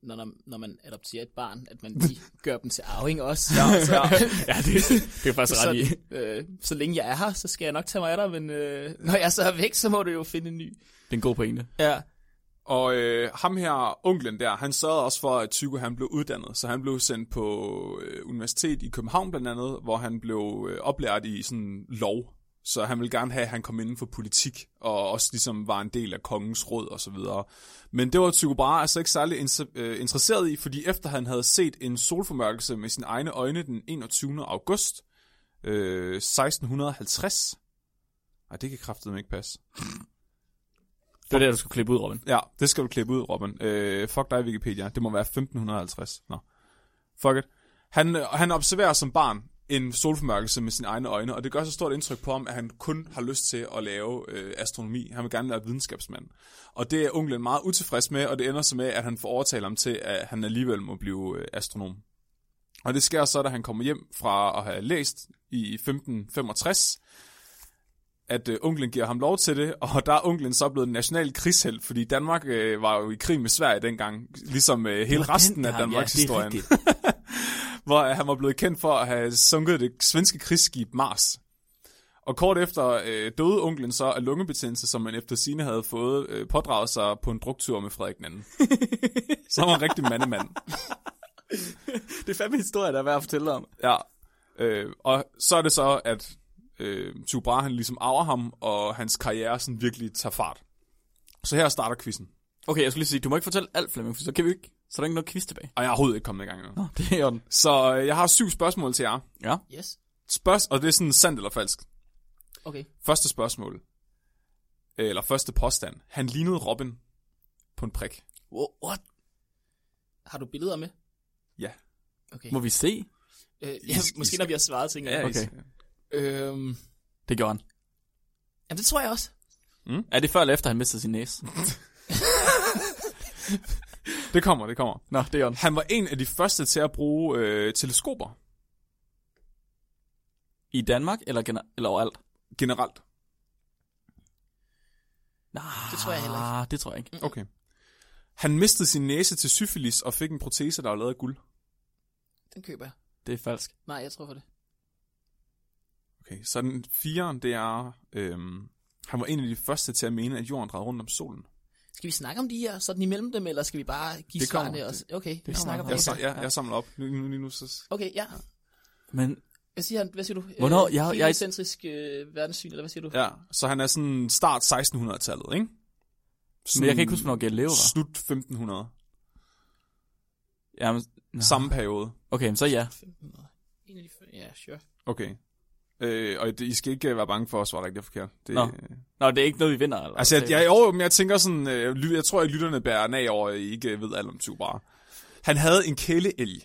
når, når man adopterer et barn, at man lige gør dem til arving også. Ja, så, ja det, det er faktisk ret i. Så, øh, så længe jeg er her, så skal jeg nok tage mig af dig, men øh, når jeg så er væk, så må du jo finde en ny. Det er en god pointe. Ja. Og øh, ham her, onklen der, han sørgede også for, at Tycho han blev uddannet. Så han blev sendt på øh, universitet i København blandt andet, hvor han blev øh, oplært i sådan lov. Så han ville gerne have, at han kom inden for politik, og også ligesom var en del af kongens råd og så videre. Men det var Tycho Brahe altså ikke særlig interesseret i, fordi efter han havde set en solformørkelse med sine egne øjne den enogtyvende august øh, seksten halvtreds. Ej, det kan kraftedeme ikke passe. Det var det, du skulle klippe ud, Robin. Ja, det skal du klippe ud, Robin. Øh, fuck dig, Wikipedia. Det må være femten halvtreds. Nå. Fuck it. Han, han observerer som barn en solformørkelse med sine egne øjne, og det gør så stort indtryk på ham, at han kun har lyst til at lave øh, astronomi. Han vil gerne være videnskabsmand. Og det er onklen meget utilfreds med, og det ender så med, at han får overtalt ham til, at han alligevel må blive øh, astronom. Og det sker så, da han kommer hjem fra at have læst i femten femogtres, at øh, onklen giver ham lov til det, og der er onklen så blevet en national krigshelt, fordi Danmark øh, var jo i krig med Sverige dengang, ligesom øh, hele resten af Danmarks ja, historien. Hvor han var blevet kendt for at have sunket det svenske krigsskib Mars. Og kort efter øh, døde onklen så af lungebetændelse, som man efter sine havde fået øh, pådraget sig på en druktur med Frederik den anden. Så han var en rigtig mandemand. Det er fandme historie, der er værd at fortælle om. Ja, øh, og så er det så, at øh, Tycho Brahe han ligesom arver ham, og hans karriere sådan virkelig tager fart. Så her starter quizzen. Okay, jeg skulle lige sige, du må ikke fortælle alt, Flemming, for så kan vi ikke, så er der ikke noget quiz tilbage. Og jeg er overhovedet ikke kommet i gang endnu. Nå, det er den. Så øh, jeg har syv spørgsmål til jer. Ja. Yes. Spørg- og det er sådan sandt eller falsk. Okay. Første spørgsmål. Eller første påstand. Han lignede Robin på en prik. What? Har du billeder med? Ja. Okay. Må vi se? Øh, ja, måske når vi har svaret, tænker jeg. Ja, Okay. Øhm, Det gjorde han. jamen, det tror jeg også. Mm? Er det før eller efter, han mistede sin næse? Det kommer, det kommer. Nå, det er han. Han var en af de første til at bruge øh, teleskoper. I Danmark eller, gener- eller overalt? Generelt. Nej, Det tror jeg heller ikke. Det tror jeg ikke. Okay. Han mistede sin næse til syfilis og fik en protese, der var lavet af guld. Den køber jeg. Det er falsk. Nej, jeg tror for det. Okay, så den fire, det er... Øhm, han var en af de første til at mene, at jorden drejede rundt om solen. Skal vi snakke om de her sådan imellem dem, eller skal vi bare give Det kommer. svarene også? Okay, vi kommer. snakker om Jeg, det. så, jeg, jeg samler op. Nu, nu, nu, nu, så... Okay, ja. Men Hvad siger han? Hvad siger du? Hvornår? Øh, Jeg- jeg- Heliocentrisk øh, verdenssyn, eller hvad siger du? Ja, så han er sådan start sekstenhundredetallet, ikke? Men jeg kan ikke huske, hvornår Galileo var. Slut femten hundrede. Jamen, nå. Samme periode. Okay, men så ja. femten hundrede. En af de før. Ja, sure. Okay. Øh, og det, I skal ikke være bange for at svare rigtigt forkert. Det, Nå. Nå, det er ikke noget, vi vinder. Eller? altså, jeg, jeg, jeg, jeg tænker sådan, øh, ly- jeg tror, at lytterne bærer nag over, at I ikke ved alt om Tycho Brahe. Han havde en kæleelg.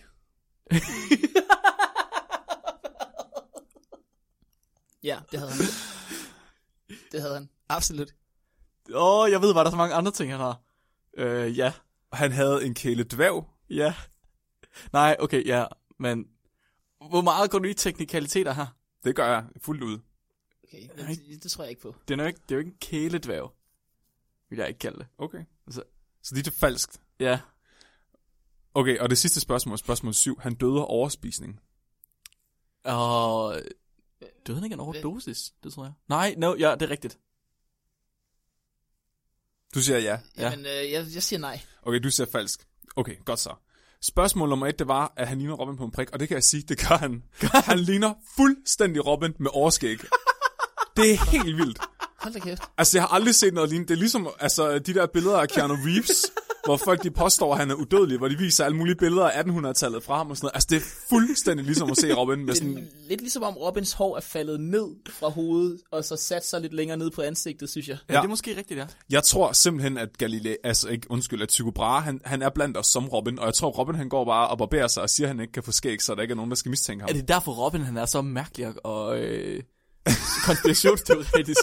Ja, det havde han. Det havde han. Absolut. Åh, oh, jeg ved, var der så mange andre ting, han har. Øh, ja. Han havde en kæledværg. Ja. Nej, okay, ja. Men hvor meget går du i teknikaliteter her? Det gør jeg fuldt ud. Okay, men det, det tror jeg ikke på. Det er, jo ikke, det er jo ikke en kæledværg, vil jeg ikke kalde det. Okay. Altså, Så det er falskt. ja. Okay, og det sidste spørgsmål, spørgsmål syv. Han døde af overspisning. Og døde han ikke en overdosis? Det tror jeg. Nej, no, ja, det er rigtigt. Du siger ja. Ja. Jamen, øh, jeg, jeg siger nej. Okay, du siger falsk. Okay, godt så. Spørgsmål nummer et, det var, at han ligner Robin på en prik, og det kan jeg sige, det gør han. Han ligner fuldstændig Robin med overskæg. Det er helt vildt. Hold da kæft. Altså, jeg har aldrig set noget lignende. Det er ligesom altså, de der billeder af Keanu Reeves, hvor folk de påstår, at han er udødelig, hvor de viser alle mulige billeder af attenhundredetallet fra ham og sådan noget. Altså, det er fuldstændig ligesom at se Robin med Det sådan... er lidt ligesom om Robins hår er faldet ned fra hovedet, og så sat sig lidt længere ned på ansigtet, synes jeg. Ja, ja. Det er måske rigtigt, ja. Jeg tror simpelthen, at Galilei, altså ikke undskyld, at Tycho Brahe, han, han er blandt os som Robin, og jeg tror, Robin han går bare og barberer sig og siger, at han ikke kan få skæg, så der ikke er nogen, der skal mistænke ham. Er det derfor Robin, han er så mærkelig og øh, konspirationsteoretisk?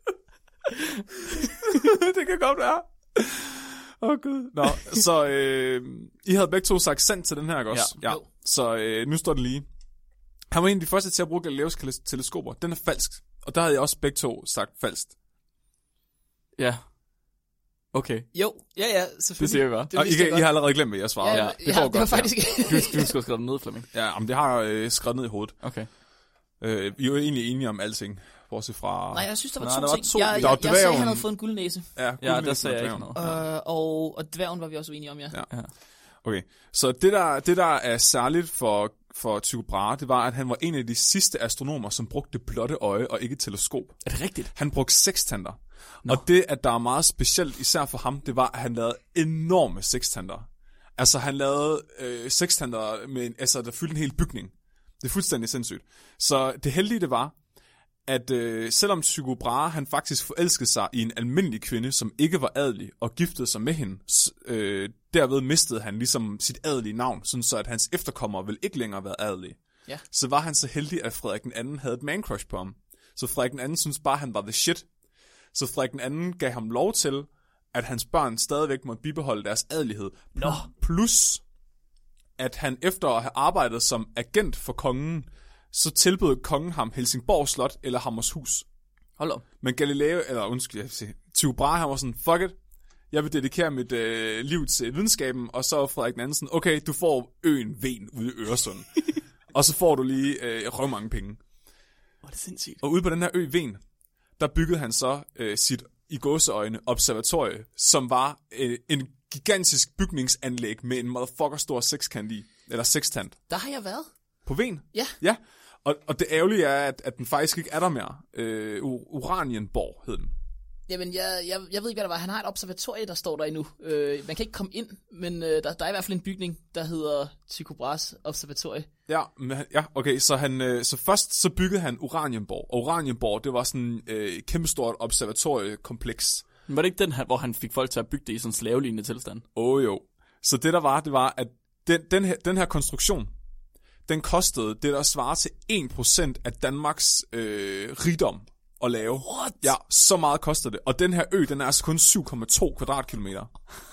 Det kan godt være. Åh, oh, gud. Nå, så øh, I havde begge to sagt sandt til den her, ikke også? Ja. Ja. Så øh, nu står det lige. Han var en af de første til at bruge Galileos teleskoper. Den er falsk. Og der havde jeg også begge to sagt falsk. Ja. Okay, Jo, ja, ja, selvfølgelig. det siger jeg godt. Det Og I, vidste jeg I godt. har allerede glemt, hvad jeg svarede. Ja, Ja, det, det ja, går det var godt, faktisk... Du, du skal skrive det ned, Flemming. Ja, men det har jeg øh, skrevet ned i hovedet. Okay. Øh, vi er jo egentlig enige om alting, bortset fra... Nej, jeg synes, der var Nej, to der var ting. to. Jeg, Der jeg, var jeg, jeg sagde, dværgen. at han havde fået en guldnæse. Ja, Ja, guldnæsen der og sagde jeg ikke dværgen. noget. Øh, og, og dværgen var vi også uenige om, ja. Ja. Ja. Okay, så det der, det der er særligt for, for Tycho Brahe, det var, at han var en af de sidste astronomer, som brugte blotte øje og ikke teleskop. Er det rigtigt? Han brugte sekstanter. Og det, at der er meget specielt, især for ham, det var, at han lavede enorme sekstanter. Altså, han lavede øh, sekstanter, med en, altså, der fyldte en hel bygning. Det er fuldstændig sindssygt. Så det heldige, det var, at øh, selvom Tycho Brahe, han faktisk forelskede sig i en almindelig kvinde, som ikke var adelig, og giftede sig med hende, øh, derved mistede han ligesom sit adelige navn, sådan så at hans efterkommere ville ikke længere være adelige. Ja. Så var han så heldig, at Frederik den anden havde et man-crush på ham. Så Frederik den anden synes bare, han var the shit. Så Frederik den anden gav ham lov til, at hans børn stadigvæk måtte bibeholde deres adelighed. Nå. Plus, at han efter at have arbejdet som agent for kongen, så tilbød kongen ham Helsingborg Slot eller Hammershus. Hold op. Men Galileo, eller undskyld, jeg vil sige, Tycho Brahe, han var sådan, fuck it, jeg vil dedikere mit øh, liv til videnskaben, og så Frederik den anden sådan, okay, du får øen Ven ude i Øresund. Og så får du lige øh, røv mange penge. Hvor er det sindssygt. Og ude på den her ø Ven, der byggede han så øh, sit i gåseøjne observatorie, som var øh, en gigantisk bygningsanlæg med en motherfucker stor sekskant i, eller sekstant. Der har jeg været. På Ven? Ja. Ja, og, og det ærgerlige er, at, at den faktisk ikke er der mere. Øh, Uranienborg hed den. Jamen, jeg, jeg, jeg ved ikke, hvad der var. Han har et observatorie, der står der endnu. Øh, man kan ikke komme ind, men øh, der, der er i hvert fald en bygning, der hedder Tycho Brahes Observatorie. Ja, men, han- ja, okay, så, han, øh, så først så byggede han Uranienborg, og Uranienborg, det var sådan et øh, kæmpestort observatoriekompleks. Men var det ikke den her, hvor han fik folk til at bygge det i sådan en slavelignende tilstand? Åh oh, jo. Så det der var, det var, at den, den, her, den her konstruktion, den kostede det, der svarer til en procent af Danmarks øh, rigdom at lave. What? Ja, så meget koster det. Og den her ø, den er altså kun syv komma to kvadratkilometer.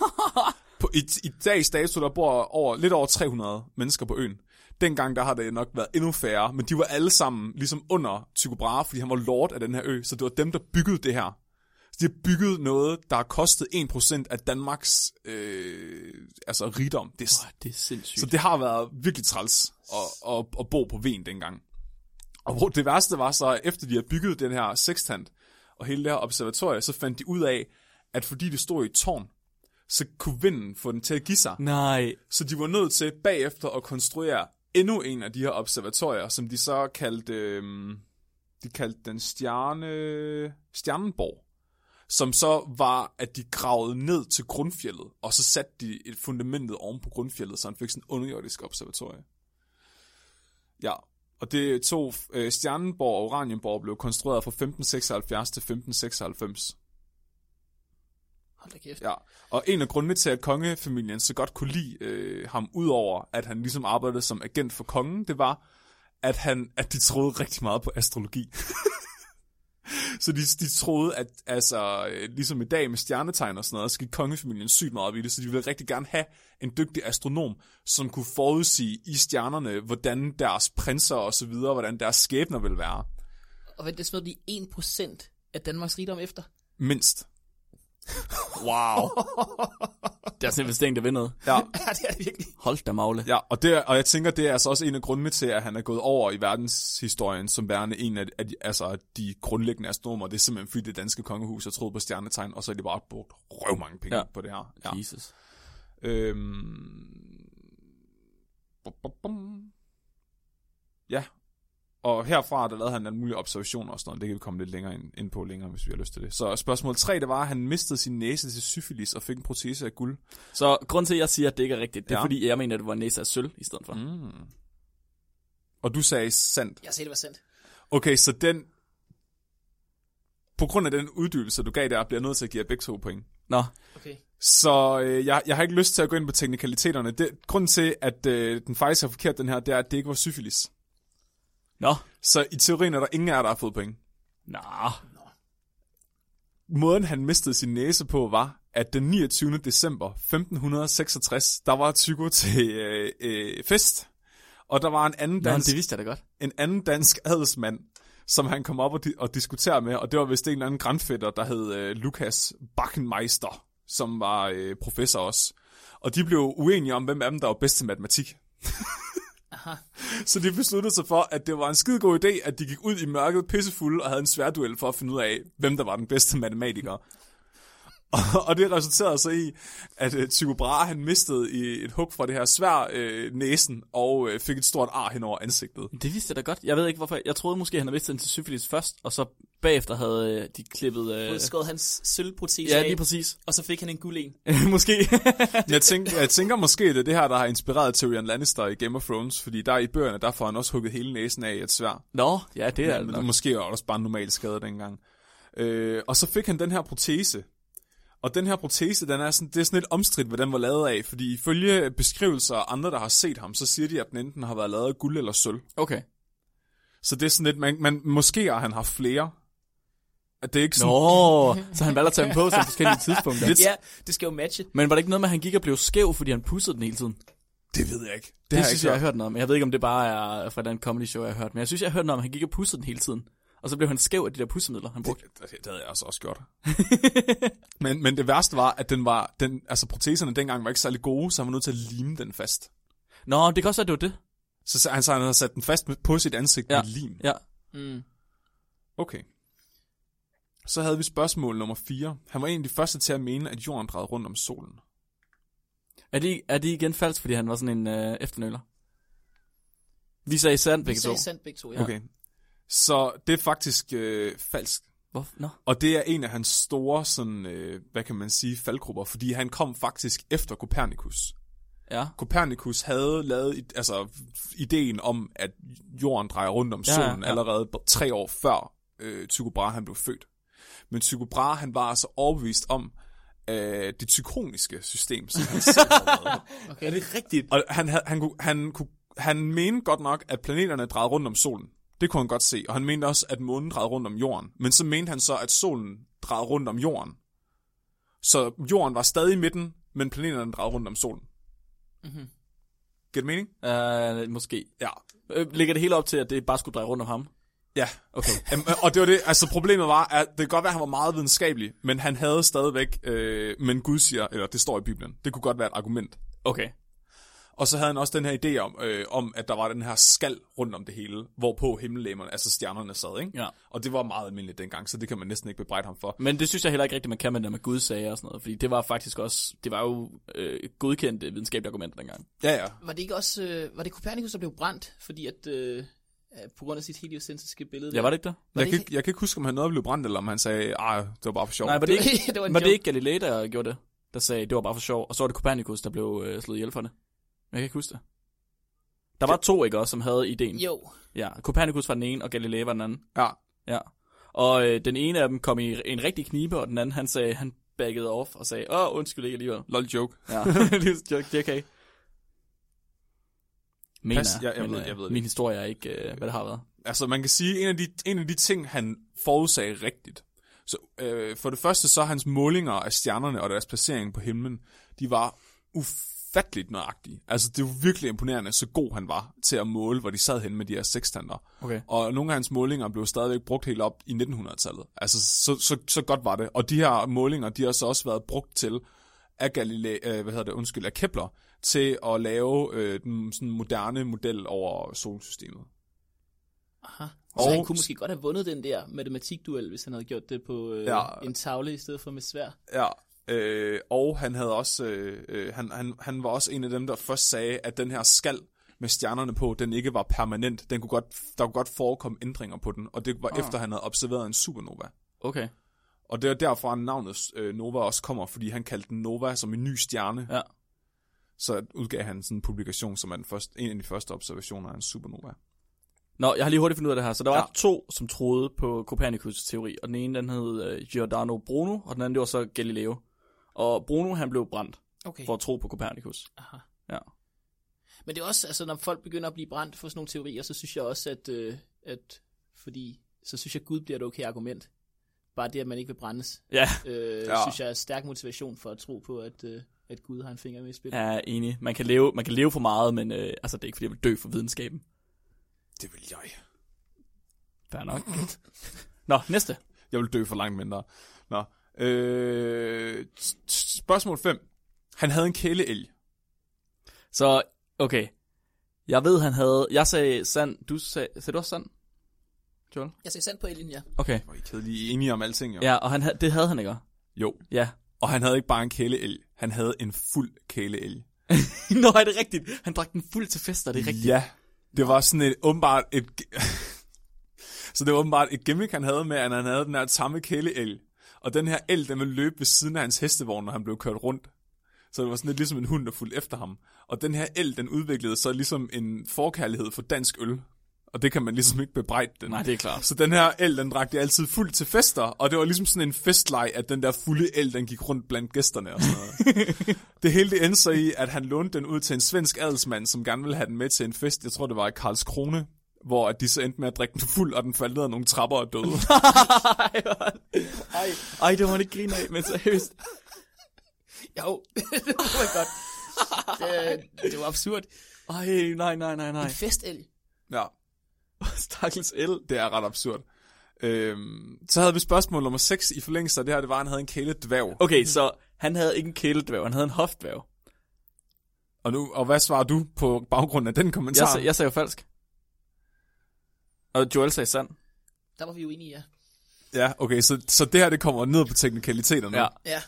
På, i, I dags dato, der bor over, lidt over tre hundrede mennesker på øen. Dengang, der har det nok været endnu færre, men de var alle sammen ligesom under Tycho Brahe, fordi han var lord af den her ø, så det var dem, der byggede det her. Så de har bygget noget, der har kostet en procent af Danmarks øh, altså rigdom. Det, Åh, det er sindssygt. så det har været virkelig træls at, at, at bo på Ven dengang. Og det værste var så, at efter de har bygget den her sekstant og hele det her observatorie, så fandt de ud af, at fordi det stod i et tårn, så kunne vinden få den til at give sig. Nej. Så de var nødt til bagefter at konstruere endnu en af de her observatorier, som de så kaldte, øh, de kaldte den stjerne, Stjernenborg. Som så var, at de gravede ned til grundfjeldet, og så satte de et fundamentet oven på grundfjeldet, så han fik sådan en underjordisk observatorie. Ja, og det tog øh, Stjernenborg og Uranienborg blev konstrueret fra femten seksoghalvfjerds til femten seksoghalvfems. Hold da kæft. Ja, og en af grundene til, at kongefamilien så godt kunne lide øh, ham, udover at han ligesom arbejdede som agent for kongen, det var, at, han, at de troede rigtig meget på astrologi. Så de, de troede, at altså, ligesom i dag med stjernetegn og sådan noget, så gik kongefamilien sygt meget op i det, så de ville rigtig gerne have en dygtig astronom, som kunne forudsige i stjernerne, hvordan deres prinser og så videre, hvordan deres skæbner vil være. Og hvad, det smed de en procent af Danmarks rigdom efter? Mindst. Wow. Det er sådan en investering, der vinder. Ja, Ja, det er det virkelig. Hold da magle. ja og, det, og jeg tænker, det er altså også en af grundene til, at han er gået over i verdenshistorien som værende en af, af de, altså, de grundlæggende astronomer. Det er simpelthen fordi det danske kongehus har troet på stjernetegn, og så er de bare brugt røv mange penge Ja. ja. på det her. Ja. Jesus. Øhm... bum, bum, bum. Ja, og herfra der lavede han alle mulige observationer og sådan noget. Det kan vi komme lidt længere ind, ind på længere, hvis vi har lyst til det. Så spørgsmål tre, det var, at han mistede sin næse til syfilis og fik en protese af guld. Så grund til, at jeg siger, at det ikke er rigtigt, det er Ja. fordi, jeg mener, at det var en næse af sølv i stedet for. Mm. Og du sagde sandt. Jeg sagde, det var sandt. Okay, så den... På grund af den uddybelse, du gav der, bliver jeg nødt til at give jer begge to point. Nå, Okay. Så øh, jeg, jeg har ikke lyst til at gå ind på teknikaliteterne. Det, grunden til, at øh, den faktisk er forkert, den her, det er, at det ikke var syfilis. nå, Så i teorien er der ingen af jer, der har fået point. nå. Måden, han mistede sin næse på, var, at den niogtyvende december femten seksogtres, der var Tycho til øh, øh, fest. Og der var en anden Nå, dansk, det vidste jeg da godt. en anden dansk adelsmand, som han kom op og, di- og diskuterede med, og det var vist en eller anden grandfætter, der hed øh, Lukas Backenmeister, som var øh, professor også. Og de blev uenige om, hvem af dem, der var bedst til matematik. Aha. Så de besluttede sig for, at det var en skidegod idé, at de gik ud i mørket pissefulde og havde en sværduel for at finde ud af, hvem der var den bedste matematiker. Og det resulterede så i, at uh, Tycho Brahe, han mistede i et hug fra det her svær øh, næsen, og øh, fik et stort ar hen over ansigtet. Det vidste jeg da godt. Jeg ved ikke hvorfor. Jeg troede måske, han havde mistet den til syfilis først, og så bagefter havde øh, de klippet... Øh... skåret hans sølvprotese Ja, af, lige præcis. og så fik han en guld en. Måske. jeg, tænker, jeg tænker måske, det er det her, der har inspireret Tyrion Lannister i Game of Thrones, fordi der i bøgerne, der får han også hugget hele næsen af i et sværd. Nå, ja, det er ja, det men nok. Måske var også bare en normal skade dengang. Øh, og så fik han den her protese. Og den her protese, den er sådan, det er sådan lidt omstridt, hvad den var lavet af, fordi ifølge beskrivelser af andre, der har set ham, så siger de, at den enten har været lavet af guld eller sølv. Okay. Så det er sådan lidt, man, man, måske har han haft flere. At det er ikke sådan... Nå, så han valgte at tage dem på til forskellige tidspunkter. Lidt... Ja, det skal jo matche. Men var det ikke noget med, at han gik og blev skæv, fordi han pudsede den hele tiden? Det ved jeg ikke. Det, Det, har det synes jeg, jeg, ikke jeg har hørt noget om. Jeg ved ikke, om det bare er fra den comedy show, jeg har hørt. Men jeg synes, jeg har hørt noget om, at han gik og pudsede den hele tiden. Og så blev han skæv af de der pussemidler, han brugte. Det, det, det havde jeg altså også gjort. men, men det værste var, at den var, den, altså proteserne dengang var ikke særlig gode, så han var nødt til at lime den fast. Nå, det kan også være, det var det. Så, så han, så han havde sat den fast på sit ansigt Ja. med lim. Ja. Mm. Okay. Så havde vi spørgsmål nummer fire. Han var en af de første til at mene, at jorden drejede rundt om solen. Er det, er det igen falsk, fordi han var sådan en øh, efternøler? Vi sagde sandt Vi begge to. sagde sandt begge to, ja. Okay. Så det er faktisk øh, falsk. Hvor? Nå. Og det er en af hans store, sådan, øh, hvad kan man sige, faldgrupper, fordi han kom faktisk efter Copernicus. Ja. Copernicus havde lavet altså, ideen om, at jorden drejer rundt om Ja, solen ja. allerede tre år før øh, Tycho Brahe han blev født. Men Tycho Brahe han var altså overbevist om øh, det tykroniske system, som han selv havde lavet. Okay. Er det rigtigt? Og han, han, han, kunne, han, kunne, han mente godt nok, at planeterne drejede rundt om solen. Det kunne han godt se. Og han mente også, at månen drejede rundt om jorden. Men så mente han så, at solen drejede rundt om jorden. Så jorden var stadig i midten, men planeterne drejede rundt om solen. Mm-hmm. Giver det mening? Uh, måske. Ja. Øh, ligger det hele op til, at det bare skulle dreje rundt om ham? Ja. Okay. Jamen, og det var det, altså problemet var, at det kan godt være, at han var meget videnskabelig, men han havde stadigvæk, øh, men Gud siger, eller det står i Bibelen, det kunne godt være et argument. Okay. Og så havde han også den her idé om, øh, om at der var den her skal rundt om det hele, hvorpå himmellegemerne, altså stjernerne sad, ikke? Ja. Og det var meget almindeligt dengang, så det kan man næsten ikke bebrejde ham for. Men det synes jeg heller ikke rigtigt, man kan med det med Gud sager og sådan noget. Fordi det var faktisk også, det var jo øh, godkendte videnskabelige argumenter dengang. Ja, ja. Var det ikke også, øh, var det Copernicus, der blev brændt, fordi at, øh, på grund af sit heliocentriske billede? Ja, var det ikke det? Var Jeg, det kan, ikke- ikke, jeg kan ikke huske, om han noget blev brændt, eller om han sagde, ah, det var bare for sjov. Nej, var det ikke, det var en var det joke. ikke Galilei, der gjorde det? Der sagde, det var bare for sjov. Og så var det Copernicus, der blev øh, slået ihjel for det. Jeg kan ikke huske det. Der var to, ikke også, som havde ideen. Jo. Ja, Copernicus var den ene, og Galilei var den anden. Ja. Ja. Og øh, den ene af dem kom i en rigtig knibe, og den anden, han sagde, han baggede off og sagde, åh, undskyld ikke alligevel. Lol joke. Ja, det er joke, det er okay. Mener, Pas, jeg- jeg men, ved- øh, jeg ved det min ikke. historie er ikke, øh, hvad det har været. Altså, man kan sige, en af de, en af de ting, han forudsagde rigtigt. Så øh, for det første, så hans målinger af stjernerne og deres placering på himlen, de var ufatteligt nøjagtige. Altså, det var virkelig imponerende, så god han var til at måle, hvor de sad henne med de her sekstanter. Okay. Og nogle af hans målinger blev stadigvæk brugt helt op i nitten hundrede-tallet. Altså, så, så, så godt var det. Og de her målinger, de har så også været brugt til af Galilei, øh, hvad hedder det, undskyld, af Kepler, til at lave øh, den sådan moderne model over solsystemet. Aha. Og- Så han kunne måske godt have vundet den der matematikduel, hvis han havde gjort det på øh, Ja. en tavle i stedet for med svær. Ja, øh, og han havde også, øh, øh, han, han, han var også en af dem, der først sagde, at den her skal med stjernerne på, den ikke var permanent. Den kunne godt, der kunne godt forekomme ændringer på den, og det var Ah. efter, han havde observeret en supernova. Okay. Og det er derfra navnet øh, Nova også kommer, fordi han kaldte den Nova som en ny stjerne. Ja. Så udgav han sådan en publikation, som er den første, en af de første observationer af en supernova. Nå, jeg har lige hurtigt fundet ud af det her. Så der var Ja. ja. to, som troede på Copernicus' teori, og den ene, den hed øh, Giordano Bruno, og den anden, det var så Galileo. Og Bruno, han blev brændt Okay. for at tro på Copernicus. Aha. Ja. Men det er også, altså når folk begynder at blive brændt for sådan nogle teorier, så synes jeg også, at, øh, at fordi, så synes jeg, at Gud bliver et okay argument. Bare det, at man ikke vil brændes, Ja, øh, Ja. synes jeg er stærk motivation for at tro på, at, øh, at Gud har en finger med i spillet. jeg er enig. Man kan leve, man kan leve for meget, men øh, altså, det er ikke, fordi jeg vil dø for videnskaben. Det vil jeg. Fair nok. Nå, næste. Jeg vil dø for langt mindre. Nå. Øh, spørgsmål fem. Han havde en kæleelg. Så, okay. Jeg ved, han havde... Jeg sagde sand. Du sagde... Sagde du også sand? Joel? Jeg sagde sandt på elgen, ja. Okay. Og I er kedelige enige om alting, jo. Ja, og han, det havde han ikke. Jo. Ja. Og han havde ikke bare en kæleelg. Han havde en fuld kæleelg. Nå, er det rigtigt? Han drak den fuld til fester, det er rigtigt. Ja. Det var sådan et åbenbart et... Så det var åbenbart et gimmick, han havde med, at han havde den her tamme kæleelg. Og den her elg, den ville løbe ved siden af hans hestevogn, når han blev kørt rundt. Så det var sådan lidt ligesom en hund, der fulgte efter ham. Og den her elg, den udviklede så ligesom en forkærlighed for dansk øl. Og det kan man ligesom ikke bebrejde den. Nej, det er klart. Så den her elg, den drak de altid fuldt til fester. Og det var ligesom sådan en festleg, at den der fulde elg, den gik rundt blandt gæsterne og sådan noget. Det hele det endte så i, at han lånte den ud til en svensk adelsmand, som gerne ville have den med til en fest. Jeg tror, det var i Karlskrona. Hvor at de så endte med at drikke den fuld, og den faldt ned af nogle trapper og døde. Ej, ej, det var han ikke grine af, men seriøst. Jo, det var godt. Det, det var absurd. Ej, nej, nej, nej, nej. En festelg. Ja, Stakkels el. det er ret absurd. Øhm, så havde vi spørgsmål nummer seks i forlængelse af det her, det var, at han havde en kæledværg. Okay, så han havde ikke en kæledværg, han havde en hofdværg. Og, nu, og hvad svarer du på baggrund af den kommentar? Jeg, sag, jeg sagde jo falsk. Og Joel sagde sand. Der var vi jo enige, ja. Ja, okay, så, så det her, det kommer ned på teknikaliteterne. Ja. Ja.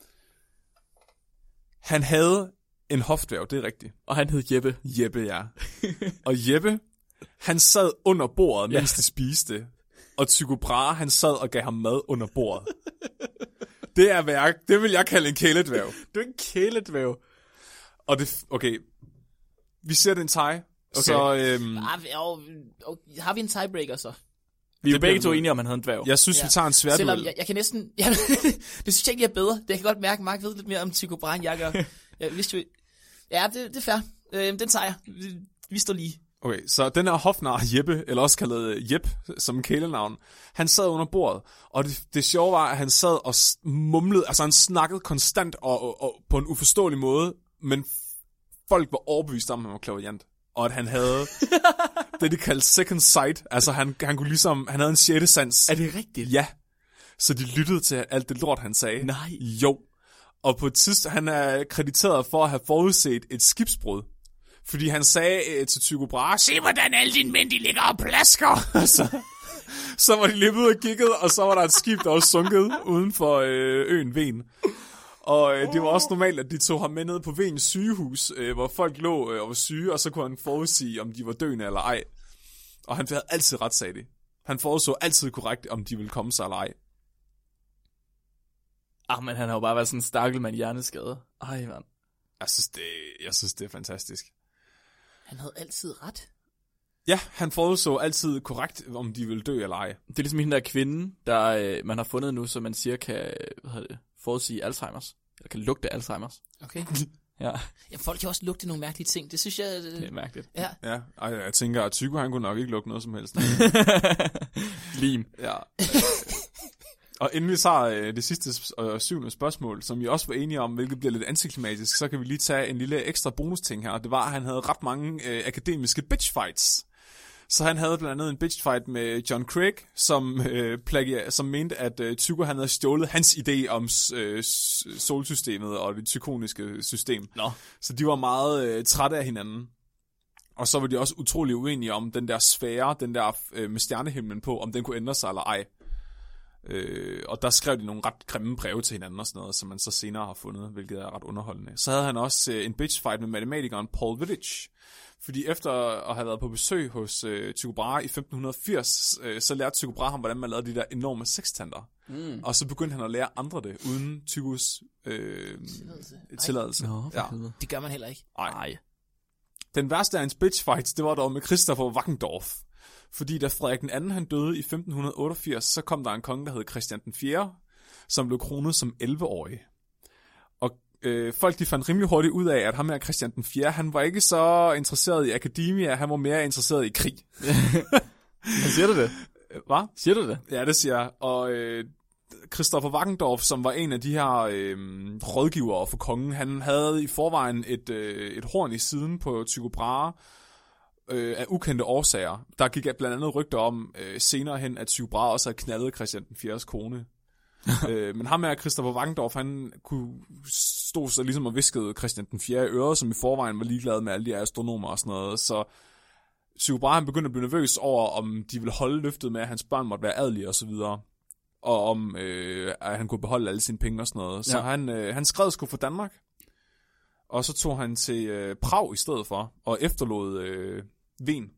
Han havde en hofdværg, det er rigtigt. Og han hed Jeppe. Jeppe, ja. Og Jeppe, han sad under bordet, mens Ja. de spiste. Og Tycho Brahe, han sad og gav ham mad under bordet. Det er værk. Det vil jeg kalde en kæledværg. Du er en kæledværg. Og det, okay, vi ser den tie. Okay. Så øhm, Ah, vi- og, og, har vi en tiebreaker så? Vi er jo Det begge bliver to vi- enige om, han havde en dværg. jeg synes, Ja. vi tager en svær Selvom duel. jeg, jeg kan næsten... Ja, det synes jeg ikke er bedre. Det jeg kan godt mærke, at Mark ved lidt mere om Tycho Brahe, end jeg gør. Jeg vidste jo... Ja, det, det er fair. Øh, den tager jeg. Vi, vi står lige. Okay, så den her hofnar Jeppe, eller også kaldet Jep som kælenavn, han sad under bordet, og det, det sjove var, at han sad og s- mumlede, altså han snakkede konstant og, og, og på en uforståelig måde, men folk var overbevist om, at han var klaverjant, og at han havde det, de kaldte second sight, altså han, han kunne ligesom, han havde en sjette sans. Er det rigtigt? Ja, så de lyttede til alt det lort, han sagde. Nej. Jo, og på et tidspunkt, han er krediteret for at have forudset et skibsbrud. Fordi han sagde øh, til Tycho Brahe, se hvordan alle dine mænd, de ligger og plasker. så, så var de løbet ud og kigget, og så var der et skib, der var sunket uden for øh, øen Ven. Og øh, det var også normalt, at de tog ham med ned på Vens sygehus, øh, hvor folk lå øh, og var syge, og så kunne han forudsige, om de var døende eller ej. Og han havde altid ret, sagde det. Han forudså altid korrekt, om de ville komme sig eller ej. Ah, men han har jo bare været sådan en stakkel med en hjerneskade. Ej, mand. Jeg synes, det, jeg synes, det er fantastisk. Han havde altid ret. Ja, han forudså altid korrekt, om de ville dø eller ej. Det er ligesom hende der kvinde, der øh, man har fundet nu, som man siger kan hvad hedder det, forudsige Alzheimer's. Eller kan lugte Alzheimer's. Okay. Ja, Ja, folk kan også lugte nogle mærkelige ting. Det synes jeg... det er mærkeligt. Ja. Ja, og jeg tænker, at Tycho, han kunne nok ikke lukke noget som helst. Lim. Ja. Og inden vi tager øh, det sidste og øh, syvende spørgsmål, som vi også var enige om, hvilket bliver lidt antiklimatisk, så kan vi lige tage en lille ekstra bonus-ting her. Det var, at han havde ret mange øh, akademiske bitchfights. Så han havde blandt andet en bitchfight med John Craig, som, øh, plagia, som mente, at øh, Tycho han havde stjålet hans idé om øh, solsystemet og det tykoniske system. Nå. Så de var meget øh, trætte af hinanden. Og så var de også utrolig uenige om den der sfære, den der øh, med stjernehimlen på, om den kunne ændre sig eller ej. Øh, og der skrev de nogle ret grimme breve til hinanden og sådan noget, som man så senere har fundet, hvilket er ret underholdende. Så havde han også øh, en bitchfight med matematikeren Paul Wittich. Fordi efter at have været på besøg hos øh, Tycho Brahe i femten firs, øh, så lærte Tycho Brahe ham, hvordan man lavede de der enorme sekstanter. Mm. Og så begyndte han at lære andre det, uden Tychos øh, Tilladelse. tilladelse. Nå, ja. Det gør man heller ikke. Nej. Den værste af hans bitchfights, det var dog med Christopher Wackendorf. Fordi da Frederik den anden han døde i femten otteogfirs, så kom der en konge, der hed Christian den fjerde, som blev kronet som elleve-årig. Og øh, folk de fandt rimelig hurtigt ud af, at ham her Christian den fjerde, han var ikke så interesseret i akademia, han var mere interesseret i krig. Men siger du det? Hvad? Siger du det? Ja, det siger jeg. Og øh, Christopher Wackendorf, som var en af de her øh, rådgivere for kongen, han havde i forvejen et, øh, et horn i siden på Tycho Brahe, øh, af ukendte årsager. Der gik blandt andet rygter om øh, senere hen, at Tycho Brahe også havde knaldet Christian den fjerdes kone. øh, men ham her, Christopher Wagendorf, han kunne stå så ligesom og viskede Christian den fjerde i øret, som i forvejen var ligeglad med alle de astronomer og sådan noget. Så Tycho Brahe, han begyndte at blive nervøs over, om de ville holde løftet med, at hans børn måtte være adelige og så videre. Og om øh, at han kunne beholde alle sine penge og sådan noget. Så ja. han, øh, han skred sgu for Danmark. Og så tog han til øh, Prag i stedet for, og efterlod øh, Wien.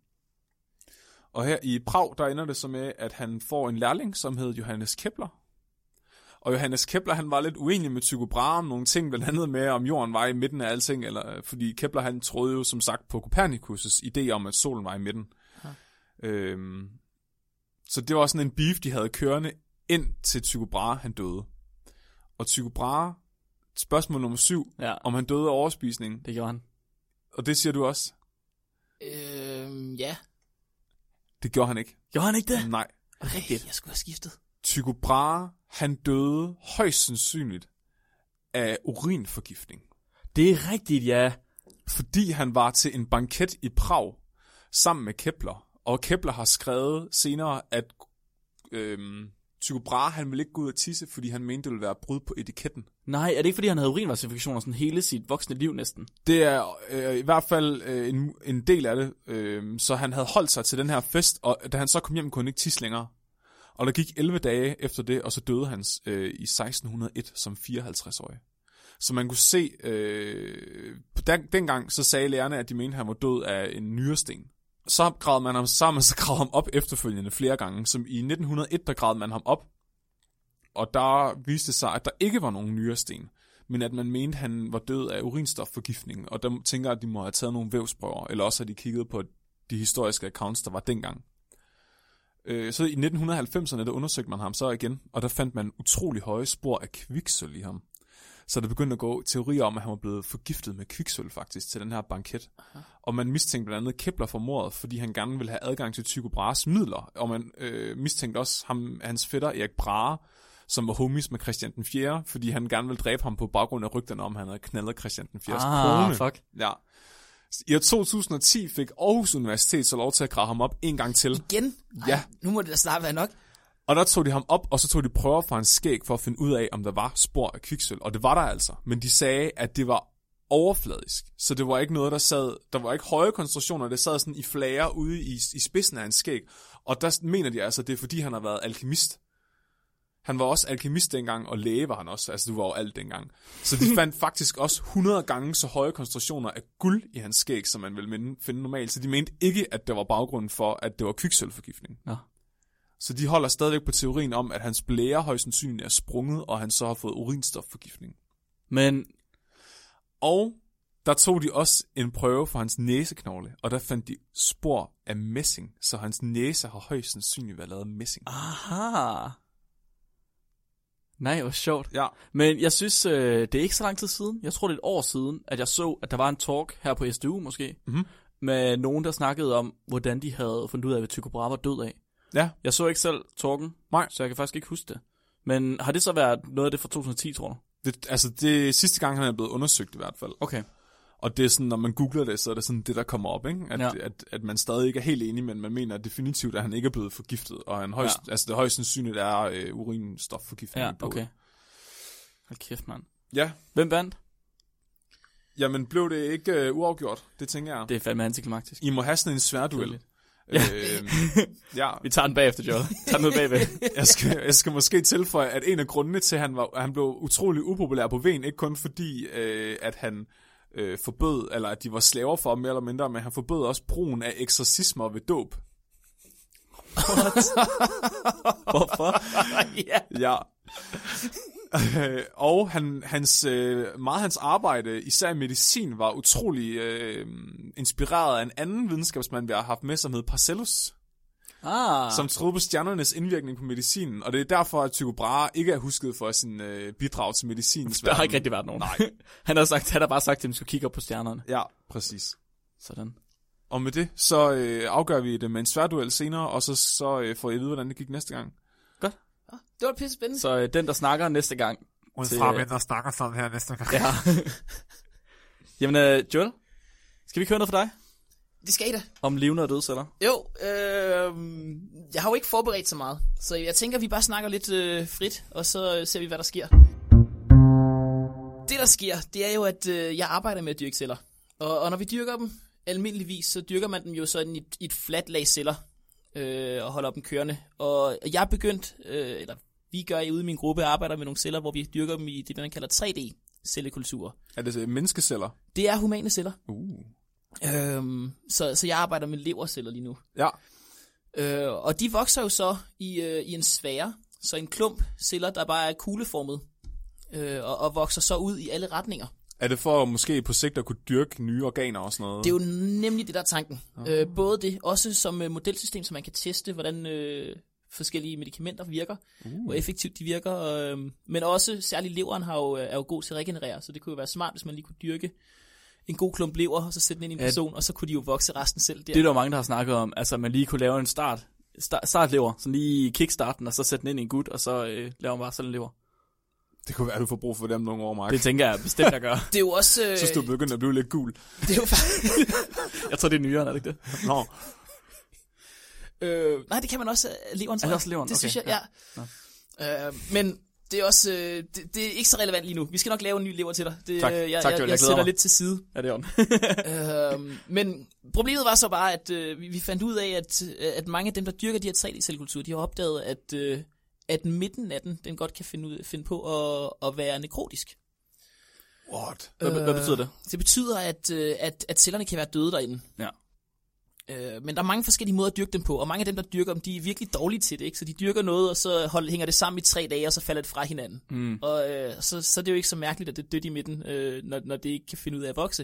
Og her i Prag, der ender det så med, at han får en lærling, som hed Johannes Kepler. Og Johannes Kepler, han var lidt uenig med Tycho Brahe om nogle ting, blandt andet med, om jorden var i midten af alting, eller, fordi Kepler, han troede jo som sagt på Copernicus' idé om, at solen var i midten. Ja. Øhm, så det var sådan en beef, de havde kørende ind til Tycho Brahe, han døde. Og Tycho Brahe, spørgsmål nummer syv, ja. Om han døde af overspisning. Det gjorde han. Og det siger du også? Øhm, ja. Det gjorde han ikke. Gjorde han ikke det? Nej. Er det rigtigt? Jeg skulle have skiftet. Tycho Brahe, han døde højst sandsynligt af urinforgiftning. Det er rigtigt, ja. Fordi han var til en banket i Prag sammen med Kepler. Og Kepler har skrevet senere, at øhm, Tycho Brahe, han ville ikke gå ud og tisse, fordi han mente, det ville være brud på etiketten. Nej, er det ikke, fordi han havde urinvejsinfektioner sådan hele sit voksne liv næsten? Det er øh, i hvert fald øh, en, en del af det. Øh, så han havde holdt sig til den her fest, og da han så kom hjem, kunne han ikke tisse længere. Og der gik elleve dage efter det, og så døde han øh, i seksten hundrede og et som fireoghalvtreds-årig. Så man kunne se, øh, den, dengang så sagde lærerne, at de mente, at han var død af en nyresten. Så gravede man ham sammen, så gravede ham op efterfølgende flere gange. Som i nitten hundrede og et, der gravede man ham op. Og der viste sig, at der ikke var nogen nyresten, men at man mente, at han var død af urinstofforgiftning. Og der tænker jeg, at de må have taget nogle vævsprøver, eller også har de kigget på de historiske accounts, der var dengang. Så i nitten halvfemserne, der undersøgte man ham så igen, og der fandt man utrolig høje spor af kviksølv i ham. Så der begyndte at gå teorier om, at han var blevet forgiftet med kviksølv faktisk til den her banket. Aha. Og man mistænkte blandt andet Kepler for mordet, fordi han gerne ville have adgang til Tycho Brahes midler. Og man øh, mistænkte også ham, hans fætter Erik Brahe, som var homies med Christian den fjerde, fordi han gerne ville dræbe ham på baggrund af rygterne om, at han havde knaldet Christian den fjerdes ah, kone. Fuck. Ja. I år to tusind og ti fik Aarhus Universitet så lov til at grave ham op en gang til. Igen? Ja. Ej, nu må det da snart være nok. Og der tog de ham op, og så tog de prøver fra hans skæg for at finde ud af, om der var spor af kviksølv. Og det var der altså. Men de sagde, at det var overfladisk. Så det var ikke noget, der sad... Der var ikke høje koncentrationer, det sad sådan i flager ude i, i spidsen af hans skæg. Og der mener de altså, at det er fordi, han har været alkemist. Han var også alkemist dengang, og læge var han også. Altså, du var jo alt dengang. Så de fandt faktisk også hundrede gange så høje koncentrationer af guld i hans skæg, som man ville finde normalt. Så de mente ikke, at det var baggrunden for, at det var kviksølvforgiftning. Ja. Så de holder stadigvæk på teorien om, at hans blære højst sandsynligt er sprunget, og han så har fået urinstofforgiftning. Men... Og der tog de også en prøve for hans næseknogle, og der fandt de spor af messing, så hans næse har højst sandsynligt været lavet af messing. Aha. Nej, hvor sjovt. Ja. Men jeg synes, øh, det er ikke så lang tid siden. Jeg tror, det er et år siden, at jeg så, at der var en talk her på S D U måske, mm-hmm. med nogen, der snakkede om, hvordan de havde fundet ud af, hvad Tycho Brahe var død af. Ja. Jeg så ikke selv talken, Nej. Så jeg kan faktisk ikke huske det. Men har det så været noget af det fra to tusind og ti, tror du? Det, altså, det er sidste gang, han er blevet undersøgt i hvert fald. Okay. Og det er sådan, når man googler det, så er det sådan det, der kommer op, ikke? At, ja. at, at man stadig ikke er helt enig, men man mener definitivt, at han ikke er blevet forgiftet. Og han højst, ja. altså, det højst sandsynligt er øh, urinstofforgiftning. Ja, okay. Hold kæft, mand. Ja. Hvem vandt? Jamen, blev det ikke øh, uafgjort? Det tænker jeg. Det er fandme antiklimaktisk. I må have sådan en sværduel. Ja. Øh, ja. Vi tager den bagefter, Joel. Tag den ud bagved. jeg, skal, jeg skal måske tilføje, at en af grundene til, at han, var, at han blev utrolig upopulær på Ven, ikke kun fordi, øh, at han øh, forbød, eller at de var slaver for ham mere eller mindre, men han forbød også brugen af eksorcismer ved dåb. Hvorfor? ja. ja. Øh, og han, hans, øh, meget hans arbejde, især i medicin, var utrolig øh, inspireret af en anden videnskabsmand, vi har haft med, som hed Paracelsus. Ah. Som troede på stjernernes indvirkning på medicinen. Og det er derfor, at Tycho Brahe ikke er husket for sin øh, bidrag til medicinens verden. Der har ikke rigtig været nogen. Nej. han, har sagt, han har bare sagt, at de skal kigge op på stjernerne. Ja, præcis. Sådan. Og med det, så øh, afgør vi det med en sværduel senere, og så, så øh, får I at vide, hvordan det gik næste gang. Godt. Det var pisse spændende. Så øh, den, der snakker næste gang. Og fra hvem, der snakker sådan her næste gang. Ja. Jamen, øh, Joel, skal vi køre noget for dig? Det skal I da. Om levende og døde celler. Jo, øh, jeg har jo ikke forberedt så meget, så jeg tænker, at vi bare snakker lidt øh, frit, og så ser vi, hvad der sker. Det, der sker, det er jo, at øh, jeg arbejder med at dyrke celler. Og, og når vi dyrker dem, almindeligvis, så dyrker man dem jo sådan i et, i et fladt lag celler, øh, og holder dem kørende. Og jeg er begyndt, øh, eller vi gør ude i min gruppe, arbejder med nogle celler, hvor vi dyrker dem i det, man kalder tre D-cellekultur. Er det så menneskeceller? Det er humane celler. Uh. Øhm, så, så jeg arbejder med leverceller lige nu. Ja. Øh, og de vokser jo så i, øh, i en sfære, så en klump celler, der bare er kugleformet, øh, og, og vokser så ud i alle retninger. Er det for måske på sigt at kunne dyrke nye organer og sådan noget? Det er jo nemlig det, der er tanken. Uh. Øh, både det, også som øh, modelsystem, så man kan teste, hvordan øh, forskellige medicamenter virker, uh. hvor effektivt de virker, øh, men også særligt leveren har jo, er jo god til at regenerere, så det kunne jo være smart, hvis man lige kunne dyrke en god klump lever, og så sætte den ind i en person, ja, og så kunne de jo vokse resten selv der. Det er der jo mange, der har snakket om, altså man lige kunne lave en start, start startlever, sådan lige kickstarten, og så sætte den ind i en gut, og så øh, laver man bare sådan en lever. Det kunne være, at du får brug for dem nogle år, Mark. Det tænker jeg bestemt, jeg gør. Det er jo også... Øh... Så synes du begynder at blive lidt gul. Det er jo faktisk... Jeg tror, det er nyere, er det ikke det? Nå. øh, nej, det kan man også leveren. Er det også leveren? Det okay. synes jeg, ja. ja. Øh, men det er også... Øh, det, det er ikke så relevant lige nu. Vi skal nok lave en ny lever til dig. Det, tak. Jeg, tak, jeg, jeg, jeg, jeg sætter mig. lidt til side. Ja, det er øh, Men problemet var så bare, at øh, vi, vi fandt ud af, at, at mange af dem, der dyrker de her tre D-cellekulturer, de har opdaget, at... Øh, at midten af den, den godt kan finde, ud, finde på at, at være nekrotisk. What? Hvad, øh, hvad betyder det? Det betyder, at, at, at cellerne kan være døde derinde. Ja. Øh, men der er mange forskellige måder at dyrke dem på, og mange af dem, der dyrker dem, de er virkelig dårlige til det, ikke? Så de dyrker noget, og så hold, hænger det sammen i tre dage, og så falder det fra hinanden. Mm. Og øh, så, så er det jo ikke så mærkeligt, at det er dødt i midten, øh, når, når det ikke kan finde ud af at vokse.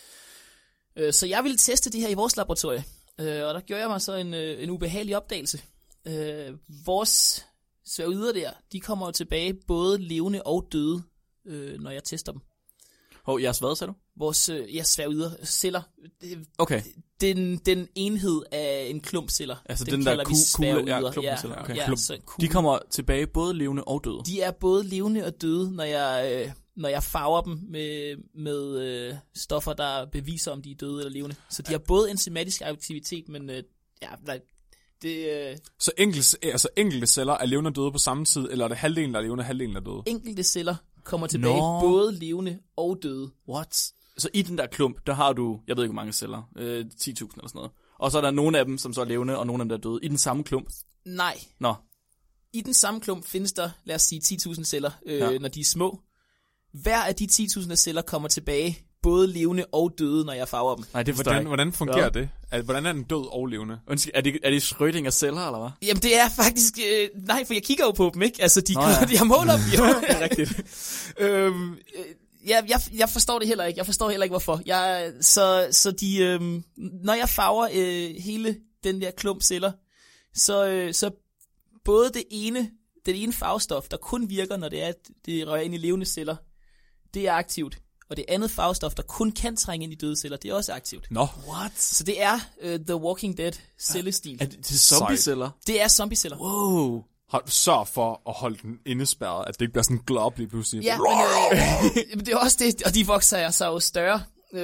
Øh, så jeg ville teste det her i vores laboratorie, øh, og der gjorde jeg mig så en, øh, en ubehagelig opdagelse. Øh, vores sværøder der, de kommer jo tilbage både levende og døde, øh, når jeg tester dem. Hov, jeres hvad, sagde du? Vores øh, ja, sværøder, celler. Det, okay. Den, den enhed af en klump celler. Altså den, den der kugle, kugle ja, klumpceller. Okay. Ja, Klump. så de kommer tilbage både levende og døde? De er både levende og døde, når jeg, øh, når jeg farver dem med, med øh, stoffer, der beviser, om de er døde eller levende. Så de ja. har både enzymatisk aktivitet, men øh, ja, nej, det... Øh, så enkelte, altså enkelte celler er levende og døde på samme tid, eller er det halvdelen, der er levende, og halvdelen, der er døde? Enkelte celler kommer tilbage, no. både levende og døde. What? Så i den der klump, der har du, jeg ved ikke hvor mange celler, øh, ti tusind eller sådan noget. Og så er der nogle af dem, som så er levende, og nogle af dem, der er døde. I den samme klump? Nej. Nå. I den samme klump findes der, lad os sige, ti tusind celler, øh, ja. når de er små. Hver af de ti tusind celler kommer tilbage, både levende og døde, når jeg farver dem. Nej, det hvordan, ikke. Hvordan fungerer ja. det? Hvordan er den død og levende? Undskyld, er det, er det Schrödinger celler, eller hvad? Jamen, det er faktisk... Øh, nej, for jeg kigger jo på dem, ikke? Altså, de, Nå, går, ja. de har målt op, jo. Det er rigtigt. øhm, øh, jeg, jeg, jeg forstår det heller ikke. Jeg forstår heller ikke, hvorfor. Jeg, så, så de... Øh, når jeg farver øh, hele den der klump celler, så, øh, så både det ene, det ene farvestof, der kun virker, når det er, det rører ind i levende celler, det er aktivt. Og det andet farvestof, der kun kan trænge ind i døde celler, det er også aktivt. Nå. What? Så det er uh, The Walking Dead cellestil. Er det, det er zombie-celler? Det er zombie-celler. Wow. Hold, sørg for at holde den indespærret, at det ikke bliver sådan en glob lige pludselig. Ja, men, øh, det er også det, og de vokser så jo større. Øh,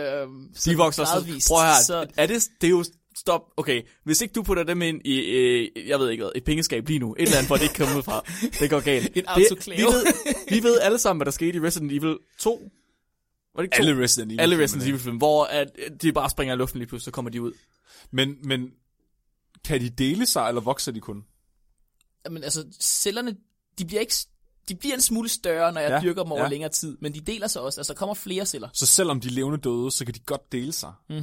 de vokser så, prøv her, så, er det, det er jo, stop, okay, hvis ikke du putter dem ind i, øh, jeg ved ikke hvad, et pengeskab lige nu, et eller andet, hvor det ikke kommer ud fra, det går galt. En autoklave. Vi ved, vi ved alle sammen, hvad der skete i Resident Evil to. Var det ikke to? Alle Resident Evil. Alle Resident Evil film, hvor at de bare springer i luften lige pludselig, så kommer de ud. Men, men kan de dele sig, eller vokser de kun? Jamen altså, cellerne, de bliver ikke, de bliver en smule større, når jeg ja, dyrker dem over ja. længere tid, men de deler sig også, altså der kommer flere celler. Så selvom de er levende døde, så kan de godt dele sig? Mhm.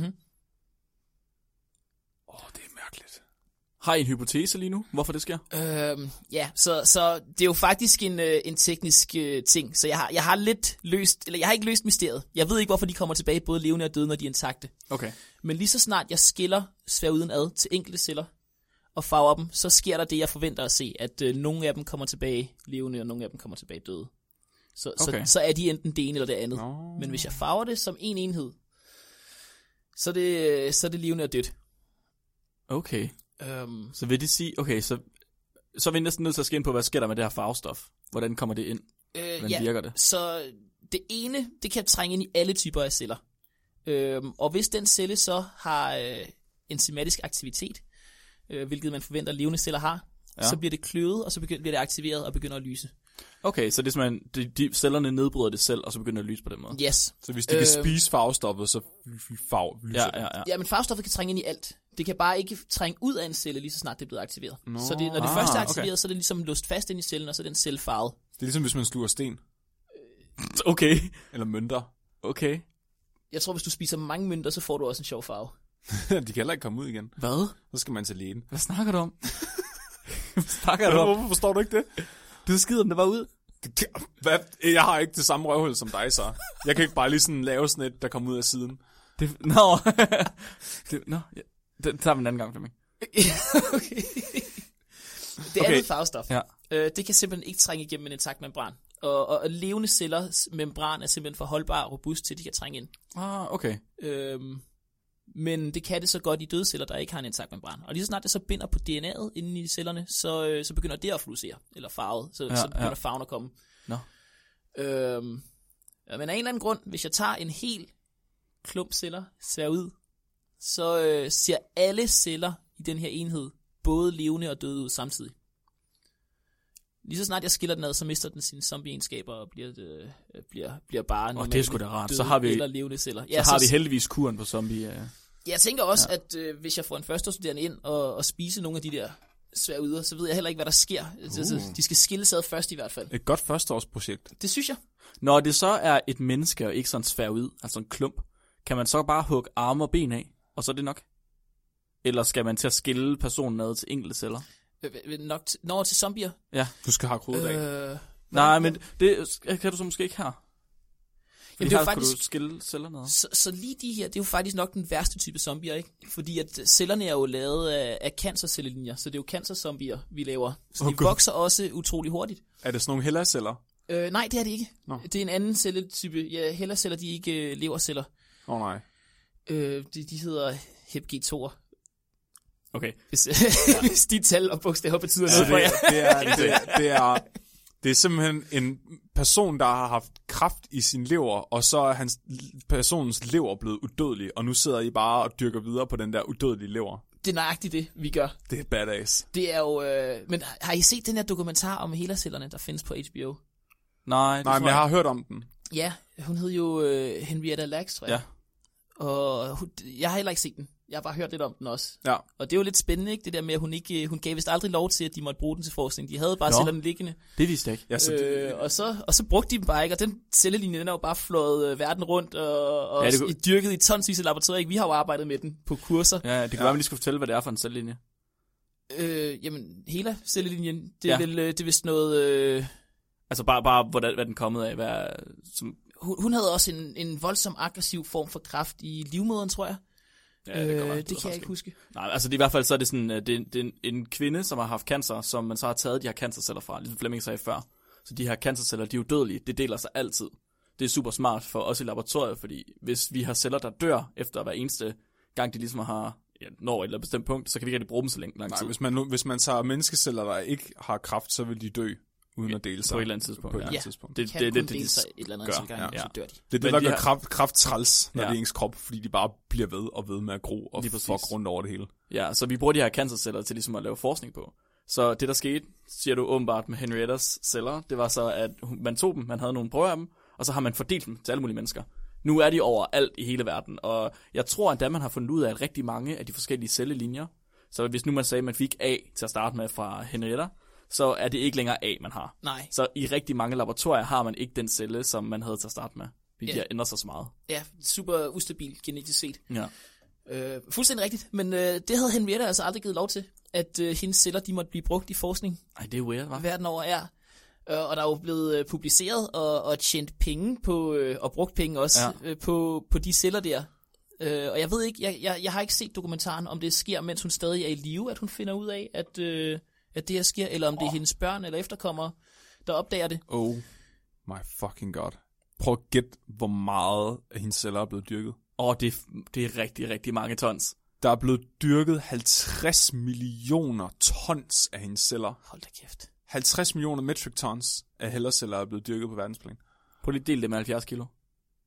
Åh, oh, det er mærkeligt. Har I en hypotese lige nu, hvorfor det sker? Øhm, ja, så, så det er jo faktisk en, øh, en teknisk øh, ting, så jeg har, jeg har lidt løst, eller jeg har ikke løst mysteriet. Jeg ved ikke, hvorfor de kommer tilbage både levende og døde, når de er intakte. Okay. Men lige så snart jeg skiller sværuden ad til enkelte celler og farver dem, så sker der det, jeg forventer at se, at øh, nogle af dem kommer tilbage levende, og nogle af dem kommer tilbage døde. Så, okay. så, så er de enten det ene eller det andet. No. Men hvis jeg farver det som en enhed, så er det, så er det levende og dødt. Okay. Um, så vil det sige, okay, så, så er vi næsten nødt til at skille på, hvad sker der med det her farvestof? Hvordan kommer det ind? øh, Hvordan ja, virker det? Så det ene, det kan trænge ind i alle typer af celler. Øhm, og hvis den celle så har øh, enzymatisk aktivitet, øh, hvilket man forventer levende celler har, ja. så bliver det kløvet, og så begynder, bliver det aktiveret og begynder at lyse. Okay, så det er simpelthen, de, de cellerne nedbryder det selv, og så begynder det at lyse på den måde. Yes. Så hvis de kan Øhm, spise farvestoffet, så farve lyser Ja, ja, ja. Ja, men farvestoffet kan trænge ind i alt. Det kan bare ikke trænge ud af en celle, lige så snart det er blevet aktiveret. Nå. Så det, når det Ah, først er okay. aktiveret, så er det ligesom låst fast ind i cellen, og så er den celle farvet. Det er ligesom, hvis man sluger sten. Okay, Eller mønter. okay. Jeg tror, hvis du spiser mange mønter, så får du også en sjov farve. De kan heller ikke komme ud igen. Hvad? Så skal man til lægen. Hvad snakker du om? Hvad snakker du om? Hvorfor forstår du ikke det? Du skider den, der var ud. Hvad? Jeg har ikke det samme røvhul som dig, så. Jeg kan ikke bare lige sådan lave sådan et, der kommer ud af siden. Det, nå, det, nå, ja. Det tager vi en anden gang, Flemming. Okay. Det Okay. andet farvestof, Ja. øh, det kan simpelthen ikke trænge igennem en intakt membran. Og, og, og levende cellers membran er simpelthen for holdbar og robust til, at de kan trænge ind. Ah, okay. Øhm, men det kan det så godt i døde celler, der ikke har en intakt membran. Og lige så snart det så binder på D N A'et inde i cellerne, så, øh, så begynder det at fluorescere, eller farvet, så, Ja, så begynder ja. farven at komme. Nå. Øhm, ja, men af en eller anden grund, hvis jeg tager en hel klump celler, ser ud, så øh, ser alle celler i den her enhed både levende og døde ud samtidig. Lige så snart jeg skiller den ad, så mister den sine zombie-egenskaber og bliver, øh, bliver, bliver bare Åh, det er sgu da rart. døde Så har vi- eller levende celler. Så har vi heldigvis kuren på zombie. Ja. Jeg tænker også, ja. at øh, hvis jeg får en førstestuderende ind og, og spise nogle af de der sværuder, så ved jeg heller ikke, hvad der sker. Uh. De skal skilles ad først i hvert fald. Et godt førsteårsprojekt. Det synes jeg. Når det så er et menneske, og ikke sådan svær ud, altså en klump, kan man så bare hugge arme og ben af, og så er det nok? Eller skal man til at skille personen ad til enkelte celler? Øh, øh, Nok til, når til zombier. Ja. Du skal have krydret af. Øh, Nej, men det kan du så måske ikke her. Jamen, Fordi det er her jo faktisk... faktisk- du skille cellerne ad. så, så lige de her, det er jo faktisk nok den værste type zombier, ikke? Fordi at cellerne er jo lavet af, af cancercellelinjer, så det er jo cancerzombier, vi laver. Så Åh, de Gud. vokser også utrolig hurtigt. Er det sådan nogle hellerceller? Øh, nej, det er det ikke. Nå. Det er en anden celletype. Ja, hellerceller, de er ikke øh, leverceller. Åh oh, nej. Øh, de, de hedder Hep G to'er. Okay. Hvis, hvis de tal og bogstaver betyder Så noget for jer. det, det, er, det, det, er, det er simpelthen en person, der har haft kræft i sin lever, og så er hans, personens lever blevet udødelig, og nu sidder I bare og dyrker videre på den der udødelige lever. Det er nøjagtigt det, vi gør. Det er badass. Det er jo... Øh, men har I set den her dokumentar om hellercellerne, der findes på H B O? Nej, det Nej, tror men jeg har hørt om den. Ja, hun hed jo øh, Henrietta Lacks, tror jeg. Ja. Og hun, jeg har heller ikke set den. Jeg har bare hørt lidt om den også. Ja. Og det er jo lidt spændende, ikke? Det der med, at hun ikke, hun gav vist aldrig lov til, at de måtte bruge den til forskning. De havde bare Nå. cellerne liggende. Det vidste jeg ikke. Ja, så det, Øh, og, så, og så brugte de dem bare ikke, og den cellelinje, den er jo bare flået øh, verden rundt, og, og Ja, ja, det kunne- dyrket i tonsvis af laboratorier. Ikke? Vi har jo arbejdet med den på kurser. Ja, det kan Ja. være, at vi lige skulle fortælle, hvad det er for en cellelinje. Øh, jamen, hele cellelinjen, det er, Ja. vel, øh, det er vist noget... Øh, Altså bare, bare hvordan, hvad den er kommet af. Hvad, som, hun, hun havde også en, en voldsom aggressiv form for kræft i livmoderen, tror jeg. ja, det, øh, øh, det kan jeg ikke huske. Nej, altså det er i hvert fald så er det sådan, øh, det er, det er en, en kvinde, som har haft cancer, som man så har taget de her cancerceller fra, ligesom Flemming sagde før. Så de her cancerceller, de er udødelige, det deler sig altid. Det er super smart for os i laboratoriet, fordi hvis vi har celler, der dør efter hver eneste gang, de ligesom har ja, når et eller andet bestemt punkt, så kan vi ikke rigtig bruge dem så længe lang nej, tid. hvis man, nu- hvis man tager menneskeceller, der ikke har kræft, så vil de dø, uden at dele sig. På et eller andet tidspunkt, På et ja. eller andet Ja. tidspunkt. Det, Kan det, kun det, det, dele det, sig et eller andet gør, antal gange, ja. så dør de. Det er det, Men der de gør har- kræft, kræft træls, når Ja. det er ens krop, fordi de bare bliver ved og ved med at gro og Lige præcis. fuck rundt over det hele. Ja, så vi bruger de her cancerceller til ligesom at lave forskning på. Så det, der skete, siger du åbenbart med Henriettas celler, det var så, at hun- man tog dem, man havde nogle prøver af dem, og så har man fordelt dem til alle mulige mennesker. Nu er de overalt i hele verden, og jeg tror, at man har fundet ud af, at rigtig mange af de forskellige cellelinjer, så hvis nu man sagde, at man fik A til at starte med fra Henrietta, så er det ikke længere A, man har. Nej, Så i rigtig mange laboratorier har man ikke den celle, som man havde til at starte med. Fordi Ja. de har ændret sig så meget. ja, super ustabil genetisk set. Ja. Øh, fuldstændig rigtigt, men øh, det havde Henrietta altså aldrig givet lov til, at øh, hendes celler, de måtte blive brugt i forskning Ej, det er weird, hva'? verden over er. Øh, og der er jo blevet øh, publiceret og, og tjent penge på, øh, og brugt penge også, Ja. øh, på, på de celler der. Øh, og jeg ved ikke, jeg, jeg, jeg har ikke set dokumentaren, om det sker, mens hun stadig er i live, at hun finder ud af, at, øh, at det her sker, eller om oh. det er hendes børn eller efterkommere, der opdager det. Oh my fucking god. Prøv at gætte, hvor meget af hendes celler er blevet dyrket. Åh, det, er- det er rigtig, rigtig mange tons. Der er blevet dyrket halvtreds millioner tons af hendes celler. Hold da kæft. halvtreds millioner metric tons af hellerceller er blevet dyrket på verdensplan. Prøv lige at dele det med halvfjerds kilo.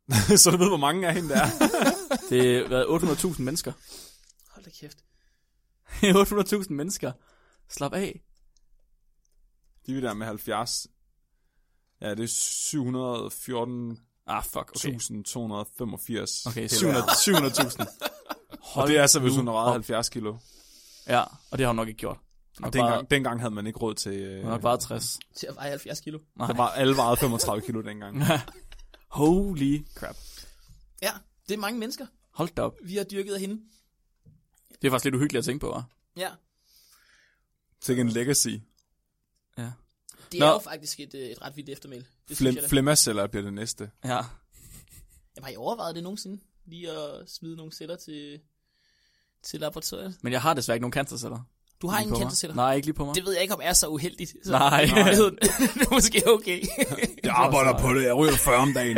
Så du ved, hvor mange af hende der er. Det har været otte hundrede tusind mennesker. Hold da kæft. otte hundrede tusind mennesker. Slap af. De er der med halvfjerds. Ja, det er syv hundrede og fjorten Ah, fuck, okay. tusind to hundrede og femogfirs. Okay, syv hundrede tusind. Og det er altså, hvis hun har vejet halvfjerds kilo. Ja, og det har hun nok ikke gjort. Og dengang, dengang havde man ikke råd til... Øh, Hun har nok vejet tres. Til at veje halvfjerds kilo. Nej. Der var, alle vejede femogtredive kilo dengang. Holy crap. Ja, det er mange mennesker, Hold da op. vi har dyrket af hende. Det er faktisk lidt uhyggeligt at tænke på, hva'? Ja, Til en legacy. Ja. det Nå. er jo faktisk et, øh, et ret vildt eftermæl. Det synes jeg da. Flemmaceller bliver det næste. Ja. Jamen, har I overvejet det nogensinde? Lige at smide nogle celler til, til laboratoriet? Men jeg har desværre ikke nogen cancerceller. Du har Lige ingen på mig. cancerceller? Nej, ikke lige på mig. Det ved jeg ikke, om er så uheldigt. Så Nej. det er måske okay. Jeg arbejder på det. Jeg ryger fyrre om dagen.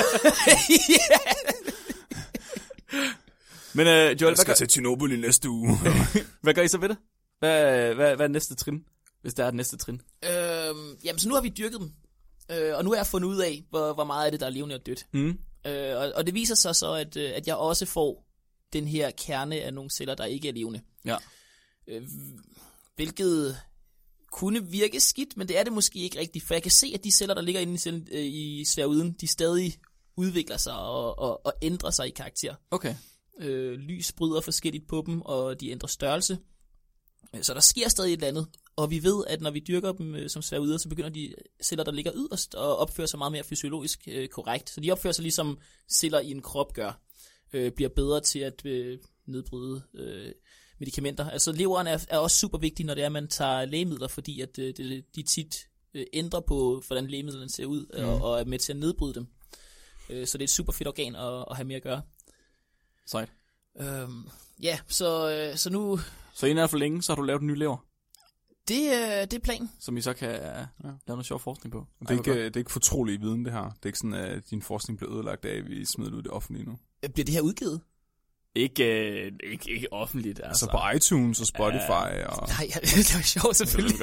Men uh, Joel, hvad gør, til Tjernobyl i næste uge. hvad gør I så ved det? Hvad, hvad, hvad er næste trin, hvis der er et næste trin? øhm, jamen, så nu har vi dyrket dem. Øh, og nu har jeg fundet ud af, hvor, hvor meget af det, der er levende og dødt. Mm. Øh, og, og det viser sig så, at, øh, at jeg også får den her kerne af nogle celler, der ikke er levende. Ja. Øh, hvilket kunne virke skidt, men det er det måske ikke rigtigt. For jeg kan se, at de celler, der ligger inde i, cellen, øh, i sværuden, de stadig udvikler sig og, og, og ændrer sig i karakter. Okay. Øh, lys bryder forskelligt på dem, og de ændrer størrelse. Så der sker stadig et eller andet. Og vi ved, at når vi dyrker dem øh, som sværuder, så begynder de celler, der ligger yderst, at opføre sig meget mere fysiologisk øh, korrekt. Så de opfører sig ligesom celler i en krop gør. Øh, bliver bedre til at øh, nedbryde øh, medicamenter. Altså leveren er, er også super vigtig, når det er, at man tager lægemidler, fordi at øh, det, de tit øh, ændrer på, hvordan lægemidlerne ser ud, mm. og, og er med til at nedbryde dem. Øh, så det er et super fedt organ at, at have med at gøre. Sejt. Øhm, ja, så, øh, så nu... Så inden for længe, så har du lavet en ny lever, Det, øh, det er planen. som I så kan uh, ja. lave noget sjov forskning på. Det er, ikke, det er ikke fortrolig viden, det her. Det er ikke sådan, at din forskning bliver ødelagt af, at vi smider det ud i det offentlige nu. Bliver det her udgivet? Ikke, øh, ikke, ikke offentligt, altså. Altså på iTunes og Spotify Ja. og... Nej, det var sjovt selvfølgelig.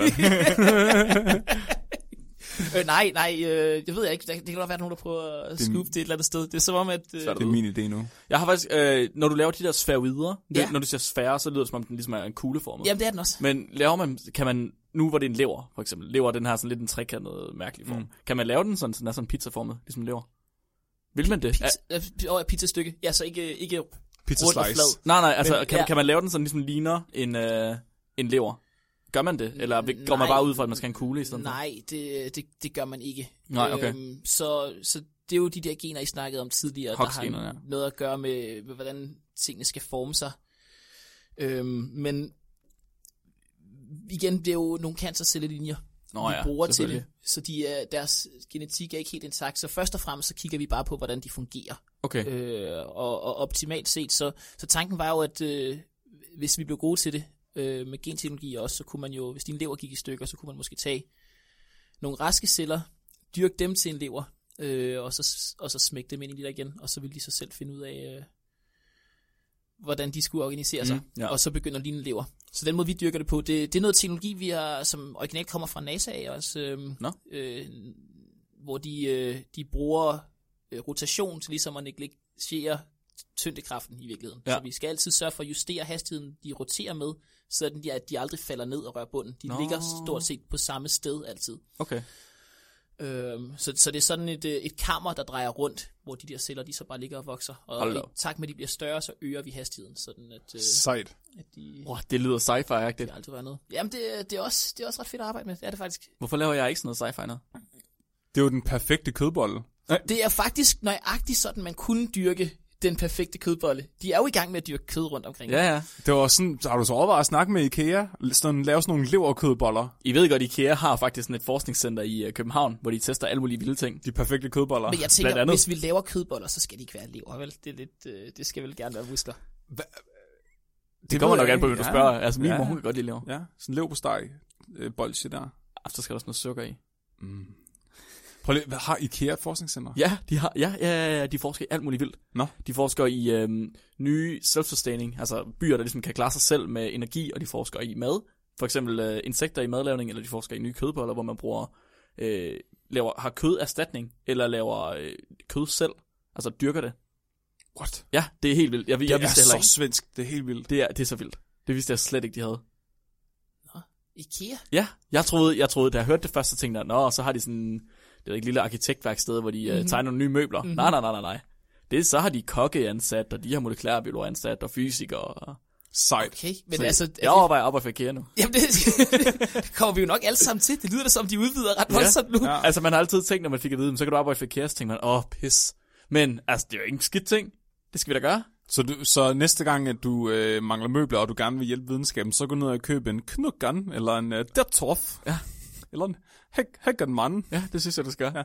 øh, nej, nej, øh, det ved jeg ikke. Det kan godt være, at nogen, der prøver at skubbe det et eller andet sted. Det er som om, at... Øh, Det er min idé nu. Jeg har faktisk, øh, når du laver de der sfæroider, Ja. det, når du siger sfære, så lyder det som om den ligesom er en kugleformet. jamen, det er den også. Men laver man, kan man, nu hvor det er en lever, for eksempel, lever den her sådan lidt en trekantet mærkelig form. Mm. Kan man lave den sådan, så den er sådan pizzaformet, ligesom en lever? Vil man det? Pizza, øh, øh, pizzastykke. Ja, så ikke, ikke Pizza rundt og slice. flad. Nej, nej, altså Men, kan, ja. kan man lave den sådan ligesom ligner en, øh, en lever? Gør man det? Eller går Nej. man bare ud fra, at man skal have en kugle i stedet for? Nej, det, det, det gør man ikke. Nej, okay. Øhm, så, så det er jo de der gener, I snakkede om tidligere, der Hox-generne, har ja. noget at gøre med, med, hvordan tingene skal forme sig. Øhm, men igen, det er jo nogle cancercellelinjer, Nå vi ja, bruger til selvfølgelig. det. Så de er, deres genetik er ikke helt intakt. Så først og fremmest, så kigger vi bare på, hvordan de fungerer. Okay. Øh, og, og optimalt set, så, så tanken var jo, at øh, hvis vi blev gode til det, øh, med genteknologi også, så kunne man jo, hvis din lever gik i stykker, så kunne man måske tage nogle raske celler, dyrke dem til en lever, øh, og, så, og så smække dem ind i det der igen, og så ville de så selv finde ud af, øh, hvordan de skulle organisere sig, Mm, ja. og så begynder at ligne en lever. Så den måde, vi dyrker det på, det, det er noget teknologi, vi har, som originalt kommer fra NASA af også, øh, Nå. øh, hvor de, øh, de bruger øh, rotation til ligesom at negligere tyngdekraften i virkeligheden. Ja. Så vi skal altid sørge for at justere hastigheden, de roterer med, så de, at de aldrig falder ned og rører bunden. De Nå. ligger stort set på samme sted altid. Okay. Øhm, så, så det er sådan et, øh, et kammer, der drejer rundt, hvor de der celler, de så bare ligger og vokser. Og Hold i da op. takt med, at de bliver større, så øger vi hastigheden, sådan at, øh, Sejt. at de, Oh, det lyder sci-fi-agtigt. de aldrig rører noget. Jamen, det, det, er også, det er også ret fedt at arbejde med. Det er det faktisk. Hvorfor laver jeg ikke sådan noget sci-fi noget? Det er jo den perfekte kødbolle. Det er faktisk nøjagtigt sådan, man kunne dyrke den perfekte kødbolle. De er jo i gang med at dyrke kød rundt omkring. Ja, ja. Det var sådan, så har du så overvejet at snakke med IKEA? Sådan, lave sådan nogle leverkødboller. I ved godt, IKEA har faktisk sådan et forskningscenter i øh, København, hvor de tester alle mulige vilde ting. De perfekte kødboller. Men jeg Blandt tænker, andet. hvis vi laver kødboller, så skal de ikke være lever, vel? Det, er lidt, øh, det skal vel gerne være muskler. Det, det kommer ved nok jeg an på, hvad ikke. du Ja. spørger. Altså, min Ja. mor, hun kan godt lide lever. Ja, sådan lev på steg. Øh, bolsje der. Ah, så skal der også noget sukker i. Mm. Prøv lige, hvad har IKEA et forskningscenter? Ja, de har, ja, ja, ja, de forsker i alt muligt vildt. Nå. De forsker i øhm, nye self-sustaining, altså byer, der ligesom kan klare sig selv med energi, og de forsker i mad. For eksempel øh, insekter i madlavning, eller de forsker i nye kødboller, hvor man bruger, øh, laver, har køderstatning, eller laver øh, kød selv. Altså dyrker det. What? Ja, det er helt vildt. Jeg, Det jeg er vidste det heller så ikke. svensk. Det er helt vildt. Det er, det er så vildt. Det vidste jeg slet ikke, de havde. IKEA? Ja, jeg troede, jeg troede, da jeg hørte det først, så tænkte jeg, nå, så har de sådan, det er et lille arkitektværksted, hvor de mm-hmm. uh, tegner nogle nye møbler. Mm-hmm. Nej, nej, nej, nej, nej. Det, så har de kokke ansat, og de har molekylærbiologer ansat, og fysikere. Og... Sejt. Okay, men Så altså... jeg overvejer op at IKEA nu. Jamen, det, det kommer vi jo nok alle sammen til. Det lyder da som, de udvider ret voldsomt nu. Ja. Altså, man har altid tænkt, når man fik at vide, så kan du arbejde for IKEA, så tænker man, åh, pis. Men, altså, det er jo ikke en skidt ting. Det skal vi da gøre. Så, du, så næste gang, at du øh, mangler møbler, og du gerne vil hjælpe videnskaben, så gå ned og købe en knuggan, eller en uh, dertorf, Ja. eller en hækkenmand. Ja, det synes jeg, du skal. Ja.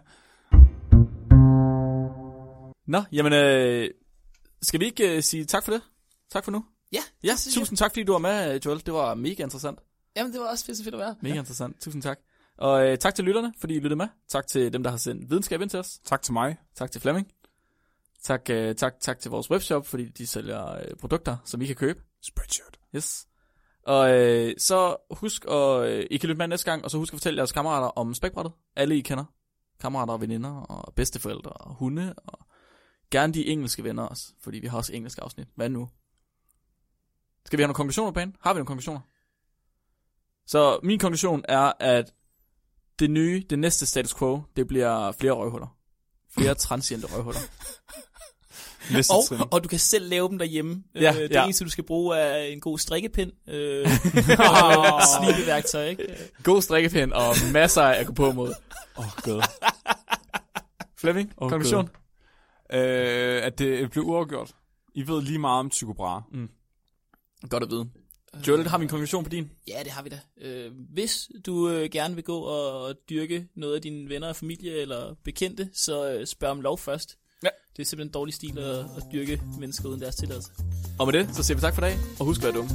Nå, jamen, øh, skal vi ikke øh, sige tak for det? Tak for nu. Ja, Ja, det synes tusind tak, fordi du var med, Joel. Det var mega interessant. jeg. Jamen, det var også fedt, så fedt at være. Mega interessant. Tusind tak. Og øh, tak til lytterne, fordi I lyttede med. Tak til dem, der har sendt videnskab ind til os. Tak til mig. Tak til Flemming. Tak, øh, tak, tak til vores webshop, fordi de sælger øh, produkter, som I kan købe. Spreadshirt. Yes. Og øh, så husk, at øh, I kan lytte med næste gang, og så husk at fortælle jeres kammerater om spækbrættet. Alle I kender. Kammerater og veninder og bedsteforældre og hunde. Og gerne de engelske venner også, fordi vi har også engelske afsnit. Hvad nu? Skal vi have nogle konklusioner på banen? Har vi nogle konklusioner? Så min konklusion er, at det nye, det næste status quo, det bliver flere røvhuller. Flere transiente røvhuller. Næste Og, trin. og du kan selv lave dem derhjemme. Ja, øh, det ja. eneste, du skal bruge, er en god strikkepind. Øh, slibeværktøj, ikke? God strikkepind og masser af akupomod. Åh, oh, god. Flemming, Åh, konklusion? øh, at det blev uafgjort. I ved lige meget om Tycho Brahe. Godt at vide. Joel, har vi en konklusion på din? Ja, det har vi da. Øh, hvis du øh, gerne vil gå og dyrke noget af dine venner og familie eller bekendte, så øh, spørg om lov først. Ja. Det er simpelthen en dårlig stil at, at dyrke mennesker uden deres tilladelse. Og med det, så siger vi tak for i dag, og husk at være dumme.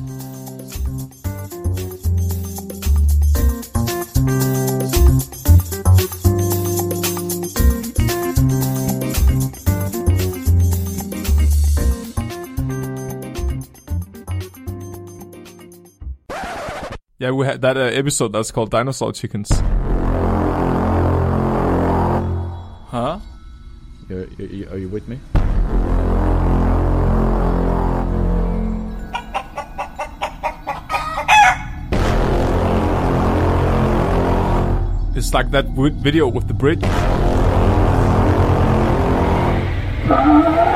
Yeah, we had that uh, episode that's called Dinosaur Chickens. Huh? You, you, are you with me? It's like that w- video with the bridge.